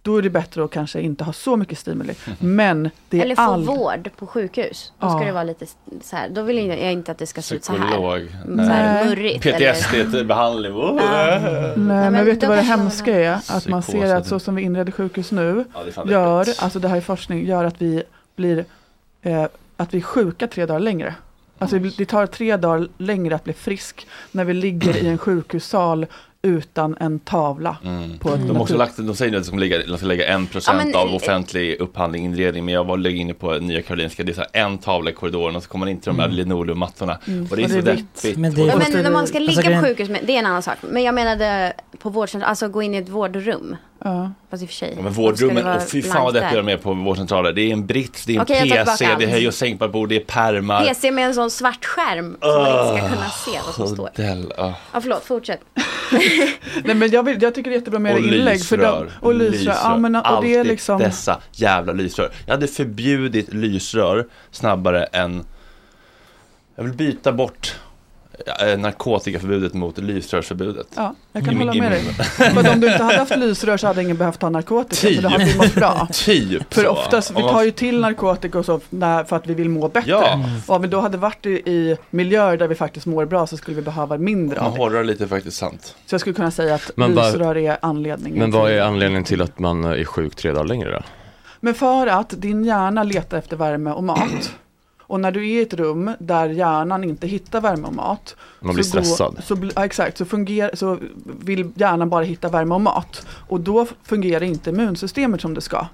då är det bättre att kanske inte ha så mycket stimuli. Men det är Eller få all... vård på sjukhus. Då ska Ja. det vara lite så här. Då vill jag inte att det ska se ut så här. Psykolog. Så här murrigt. P T S D-behandling. Oh. Nej, men, men vet du vad det hemska är? Att man Psykos, ser att så som vi inreder sjukhus nu Ja, det är fan gör, läckert. alltså det här är forskning, gör att vi blir eh, att vi är sjuka tre dagar längre. Alltså det tar tre dagar längre att bli frisk när vi ligger i en sjukhussal utan en tavla. Mm. På ett De, har också lagt, de säger nu att de ska lägga, de ska lägga en procent Ja, men- av offentlig upphandling inredning, men jag var lägga inne på Nya Karolinska, det är så här en tavla i korridoren och så kommer man in till de här linoleummattorna. Mm. Och det är Och så det är deppigt. vitt. Men det är- Ja, Måste men när man vi- ska alltså, ligga på grejen- sjukhus, men det är en annan sak. Men jag menade på vårdcentral, alltså gå in i ett vårdrum. Ja. Fast i och för sig. Ja, men varför ska det vårdrummen, vara och fy fan vad blankt deppig där? de är på vårdcentraler. Det är en brits, det är en Okej, jag tar P tillbaka C, det är allt. höj- och sänkbart bord, det är pärmar. P C med en sån svart skärm som man inte ska kunna se vad som står. Del, uh. Ja, förlåt, fortsätt. Nej, men jag, vill, jag tycker det är jättebra med Och era inlägg. För lysrör. de, och lysrör. Ja, men, och det är Alltid liksom... dessa jävla lysrör. Jag hade förbjudit lysrör snabbare än... Jag vill byta bort eh, narkotikaförbudet mot lysrörsförbudet. Ja, jag kan I min- hålla i med min- dig. För om du inte hade haft lysrör så hade ingen behövt ta narkotika. Typ. För då hade vi mått bra. Typ För så. oftast, vi Om man- tar ju till narkotika och så när, för att vi vill må bättre. Ja. Och om vi då hade varit i, i miljöer där vi faktiskt mår bra så skulle vi behöva mindre Man av det. hårdrar lite faktiskt sant. Så jag skulle kunna säga att Men vad- lysrör är anledningen. Men vad till- är anledningen till att man är sjuk tre dagar längre då? Men för att din hjärna letar efter värme och mat. Och när du är i ett rum där hjärnan inte hittar värme och mat. Man blir så går- stressad. Så, bli- ja, exakt, så, funger, så vill hjärnan bara hitta värme och mat. Och då fungerar inte immunsystemet som det ska.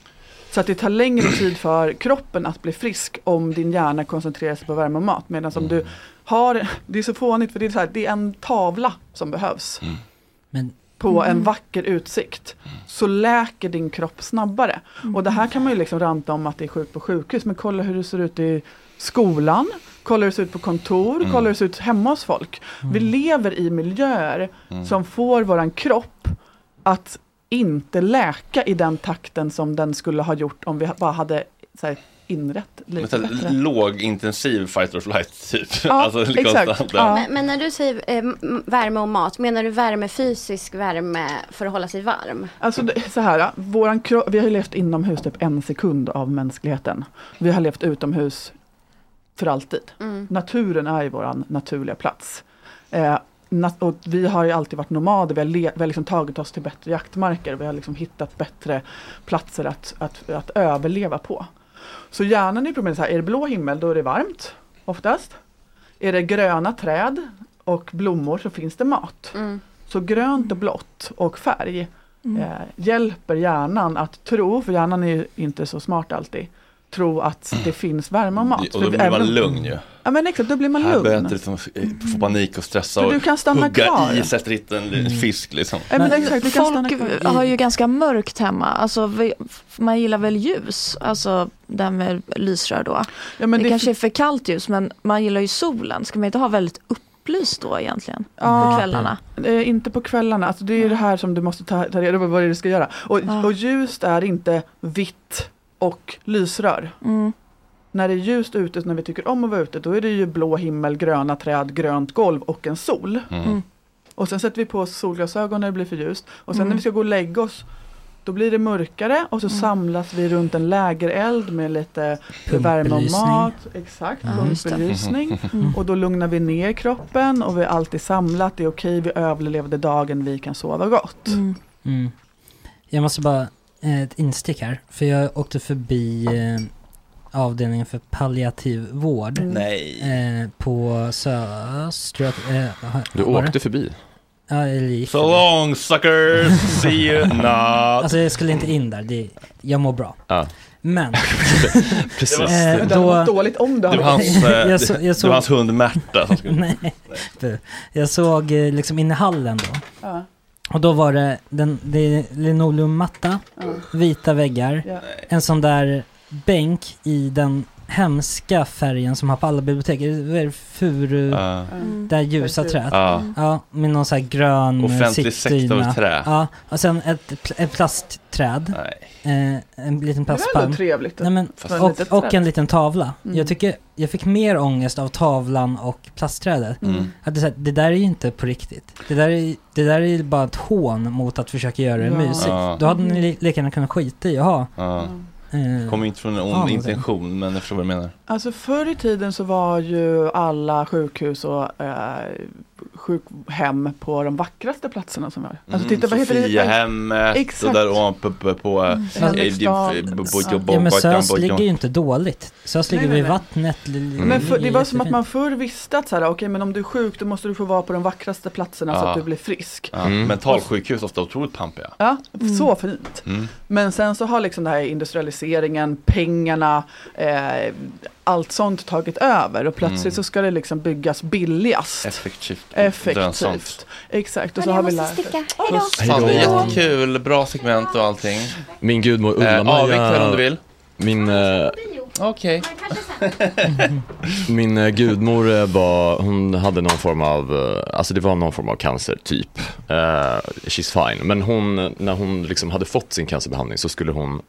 Så att det tar längre tid för kroppen att bli frisk om din hjärna koncentrerar sig på värme och mat. Medan om du har, det är så fånigt för det är, så här, det är en tavla som behövs. Mm. Men På en Mm. vacker utsikt så läker din kropp snabbare. Och det här kan man ju liksom ranta om att det är sjukt på sjukhus, men kolla hur det ser ut i skolan, kolla hur det ser ut på kontor, Mm. kolla hur det ser ut hemma hos folk. Vi lever i miljöer Mm. som får våran kropp att inte läka i den takten som den skulle ha gjort om vi bara hade så här, inrätt Men lite så här, bättre. lågintensiv fight or flight typ. Ja, alltså, exakt. konstant. Ja. Men, men när du säger eh, m- värme och mat, menar du värme, fysisk värme för att hålla sig varm? Alltså det, så här, våran kropp, vi har ju levt inomhus typ en sekund av mänskligheten. Vi har levt utomhus för alltid. Mm. Naturen är ju våran naturliga plats. Eh, nat- och vi har ju alltid varit nomader, vi har, le- vi har liksom tagit oss till bättre jaktmarker. Vi har liksom hittat bättre platser att, att, att överleva på. Så hjärnan är problemet så här, är det blå himmel då är det varmt oftast. Är det gröna träd och blommor så finns det mat. Mm. Så grönt och blått och färg Mm. eh, hjälper hjärnan att tro, för hjärnan är ju inte så smart alltid, tro att det finns värme och mat. Och då För blir även- man lugn ju. Ja men exakt, då blir man Här börjar lugn. jag liksom få panik och stressa För och du kan stanna hugga kvar. i, sätter hit en fisk liksom. Ja, men exakt, du kan stanna Folk kvar. har ju ganska mörkt hemma. Alltså, vi, man gillar väl ljus. Alltså det här med lysrör då. Ja, men det, det- kanske är för kallt ljus, men man gillar ju solen. Ska man inte ha väldigt upplyst då egentligen? Ja. På kvällarna. Eh, inte på kvällarna, alltså det är det här som du måste ta, ta reda på vad det är du ska göra. Och, Ja. och ljust är inte vitt och lysrör. Mm. När det är ljust ute, när vi tycker om att vara ute, då är det ju blå himmel, gröna träd, grönt golv och en sol. Mm. Och sen sätter vi på oss solglasögon när det blir för ljust. Och sen Mm. när vi ska gå och lägga oss, då blir det mörkare och så Mm. samlas vi runt en lägereld med lite värme och Pumpbelysning. mat. Exakt, Ja, just det. pumpbelysning. Mm. Och då lugnar vi ner kroppen och vi är alltid samlat. Det är okej, vi överlevde dagen, vi kan sova gott. Mm. Mm. Jag måste bara eh, ett instick här. För jag åkte förbi eh, avdelningen för palliativ vård. Mm. Nej. Eh, på Sös, tror jag. att, Eh, har- Du var åkte det? förbi. Ja, eller gick So förbi. long suckers, see you not. Alltså jag skulle inte in där. Det, jag mår bra. Ja. Men Precis. Eh, Det hade då- varit dåligt om det Det var hade hans, eh, Jag så- jag det, det såg- var hans hund Märta som skulle... nej, du. Jag såg eh, liksom in i hallen då. Ja. Och då var det, den, det är linoleummatta, Ja. vita väggar, Ja. en sån där bänk i den hemska färgen som har på alla bibliotek. Det är furu, uh. det här ljusa träet. Uh. Ja, med någon så här grön offentlig sektorträ. Ja, och sen ett, ett plastträd. Eh, en liten plastpalm. Det är ändå trevligt. Nej, men, och, och en liten tavla. Mm. Jag tycker jag fick mer ångest av tavlan och plastträdet. Mm. Att det, det där är ju inte på riktigt. Det där är, det där är bara ett hån mot att försöka göra det ja. mysigt. Uh. Då hade ni lika gärna kunnat skita i att ha. Uh. Det kommer inte från en ond ja, intention, men jag förstår vad du menar. Alltså förr i tiden så var ju alla sjukhus och eh, sjukhem på de vackraste platserna som var. Alltså titta, vad heter det? Sofiahemmet Exakt. Och där ovanpå på mm. Ja, men Sös ligger ju inte dåligt. Sös ligger vid vattnet. Mm. Men för, det var som att man förr visste att så här, okej, men om du är sjuk då måste du få vara på de vackraste platserna ja. så att du blir frisk. Ja. Mm. Mentalsjukhus ofta otroligt pampiga. Ja, mm. så fint. Mm. Men sen så har liksom det här industrialiseringen, pengarna, eh, allt sånt tagit över och plötsligt mm. så ska det liksom byggas billigast. Effektivt. Effektivt. Exakt. Och så har vi lärt oss. Det är jättekul, bra segment och allting. Min gudmor Ulla-Maja. Eh, Avvikta om du vill. Min... Eh, Okej. Okay. Min uh, gudmor var, hon hade någon form av, uh, alltså det var någon form av cancer typ. Uh, she's fine. Men hon, när hon liksom hade fått sin cancerbehandling så skulle hon,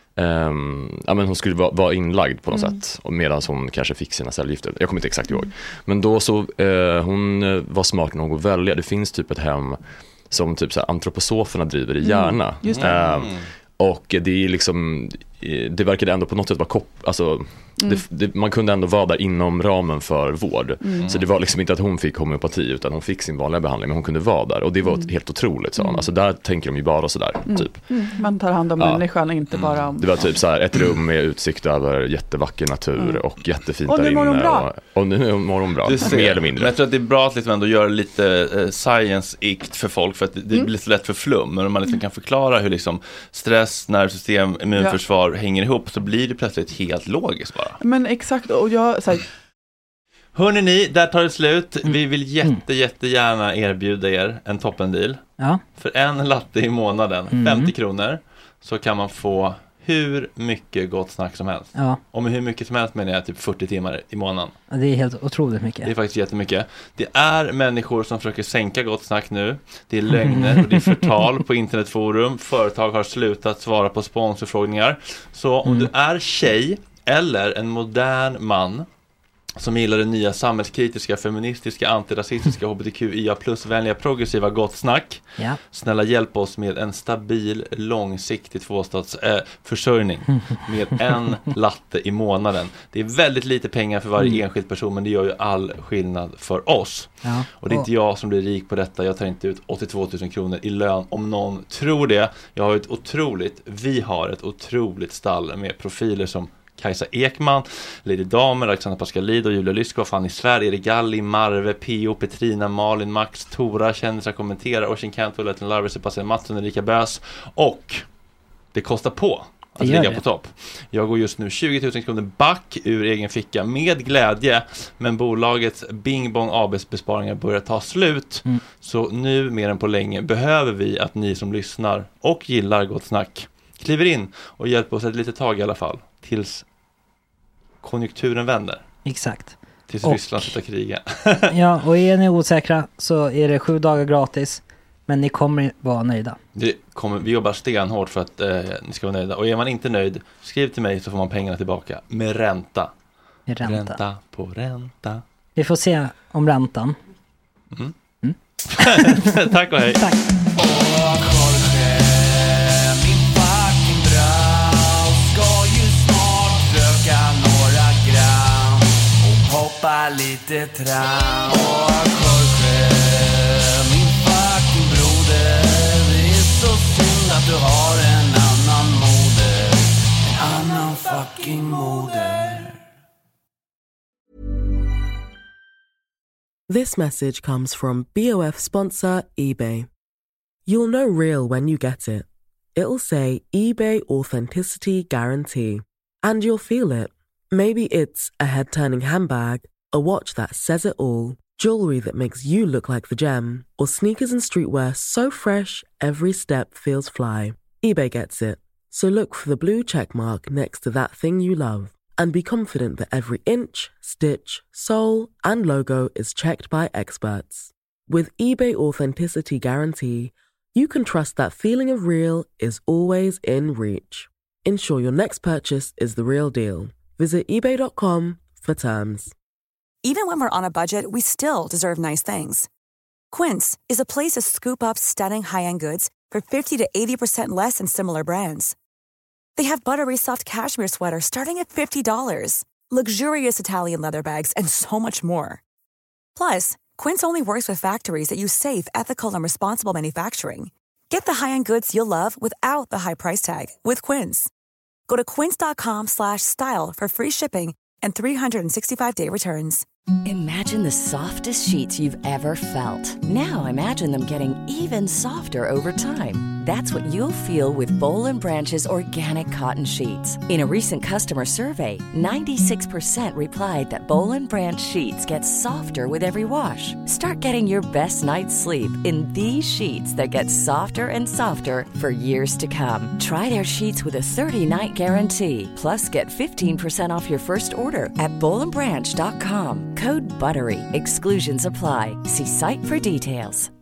um, ja men hon skulle vara, vara inlagd på något mm. sätt. Och medan hon kanske fick sina cellgifter. Jag kommer inte exakt ihåg. Men då så, uh, hon var smart nog att välja. Det finns typ ett hem som typ så här, antroposoferna driver i Järna. Mm. Just det. Uh, mm. Och det är liksom, det verkade ändå på något sätt vara kopp, alltså mm. det, det, man kunde ändå vara där inom ramen för vård. Mm. Så det var liksom inte att hon fick homeopati utan hon fick sin vanliga behandling, men hon kunde vara där och det var mm. helt otroligt, sa hon. Alltså där tänker de ju bara sådär mm. typ. Mm. Man tar hand om ja. människan, inte mm. bara om... Det var typ så här ett rum med utsikt över jättevacker natur mm. och jättefint och där inne. Och nu mår hon bra. Och, och nu mår hon bra, mer eller mindre. Men jag tror att det är bra att liksom ändå göra lite eh, science-ikt för folk, för att det, det mm. blir så lätt för flum. Men om man liksom mm. kan förklara hur liksom stress, nervsystem, immunförsvar ja. hänger ihop, så blir det plötsligt helt logiskt bara. Men exakt, och jag... Så här... Hörrni ni, där tar det slut. Vi vill jätte, jättegärna erbjuda er en toppendeal. Ja. För en latte i månaden, mm. femtio kronor, så kan man få hur mycket gott snack som helst. Ja. Och med hur mycket som helst menar jag typ fyrtio timmar i månaden. Ja, det är helt otroligt mycket. Det är faktiskt jättemycket. Det är människor som försöker sänka gott snack nu. Det är lögner och det är förtal på internetforum. Företag har slutat svara på sponsorfrågningar. Så om mm. du är tjej eller en modern man som gillar det nya samhällskritiska, feministiska, antirasistiska, hbtqia plus-vänliga, progressiva gott snack. Ja. Snälla hjälp oss med en stabil, långsiktig tvåstadsförsörjning äh, med en latte i månaden. Det är väldigt lite pengar för varje mm. enskild person, men det gör ju all skillnad för oss. Ja. Och det är inte jag som blir rik på detta. Jag tar inte ut åttiotvå tusen kronor i lön om någon tror det. Jag har ett otroligt, vi har ett otroligt stall med profiler som Kajsa Ekman, Lady Damer, Alexandra Pascalido, Julia Lyskov, Fanny Svärd, Erik Galli, Marve, P O, Petrina, Malin, Max, Tora, kändisar kommenterar, Ocean Cantwell, Letten Larver, Sebastian Mattsson, Erika Bös. Och det kostar på att ligga det. på topp. Jag går just nu tjugo tusen kronor back ur egen ficka med glädje, men bolagets Bing Bong A B:s besparingar börjar ta slut. Mm. Så nu mer än på länge behöver vi att ni som lyssnar och gillar gott snack kliver in och hjälper oss ett litet tag i alla fall, tills konjunkturen vänder. Exakt. Tills och, Ryssland slutar kriga. Ja, och är ni osäkra så är det sju dagar gratis, men ni kommer vara nöjda. Det kommer, vi jobbar stenhårt för att eh, ni ska vara nöjda. Och är man inte nöjd, skriv till mig så får man pengarna tillbaka med ränta. Med ränta. Ränta på ränta. Vi får se om räntan. Mm. Mm. Tack och hej. Tack. Hoppa lite tram. Åh Jorge, min fucking broder. Det är så synd att du har en annan moder. En annan fucking moder. This message comes from B O F sponsor eBay. You'll know real when you get it. It'll say eBay Authenticity Guarantee. And you'll feel it. Maybe it's a head-turning handbag, a watch that says it all, jewelry that makes you look like the gem, or sneakers and streetwear so fresh every step feels fly. eBay gets it. So look for the blue check mark next to that thing you love. and be confident that every inch, stitch, sole, and logo is checked by experts. With eBay Authenticity Guarantee, you can trust that feeling of real is always in reach. Ensure your next purchase is the real deal. Visit ebay dot com for terms. Even when we're on a budget, we still deserve nice things. Quince is a place to scoop up stunning high-end goods for fifty to eighty percent less than similar brands. They have buttery soft cashmere sweaters starting at fifty dollars, luxurious Italian leather bags, and so much more. Plus, Quince only works with factories that use safe, ethical, and responsible manufacturing. Get the high-end goods you'll love without the high price tag with Quince. Go to quince dot com slash style for free shipping and three sixty-five day returns. Imagine the softest sheets you've ever felt. Now imagine them getting even softer over time. That's what you'll feel with Boll and Branch's organic cotton sheets. In a recent customer survey, ninety-six percent replied that Boll and Branch sheets get softer with every wash. Start getting your best night's sleep in these sheets that get softer and softer for years to come. Try their sheets with a thirty-night guarantee. Plus, get fifteen percent off your first order at boll and branch dot com. Code BUTTERY. Exclusions apply. See site for details.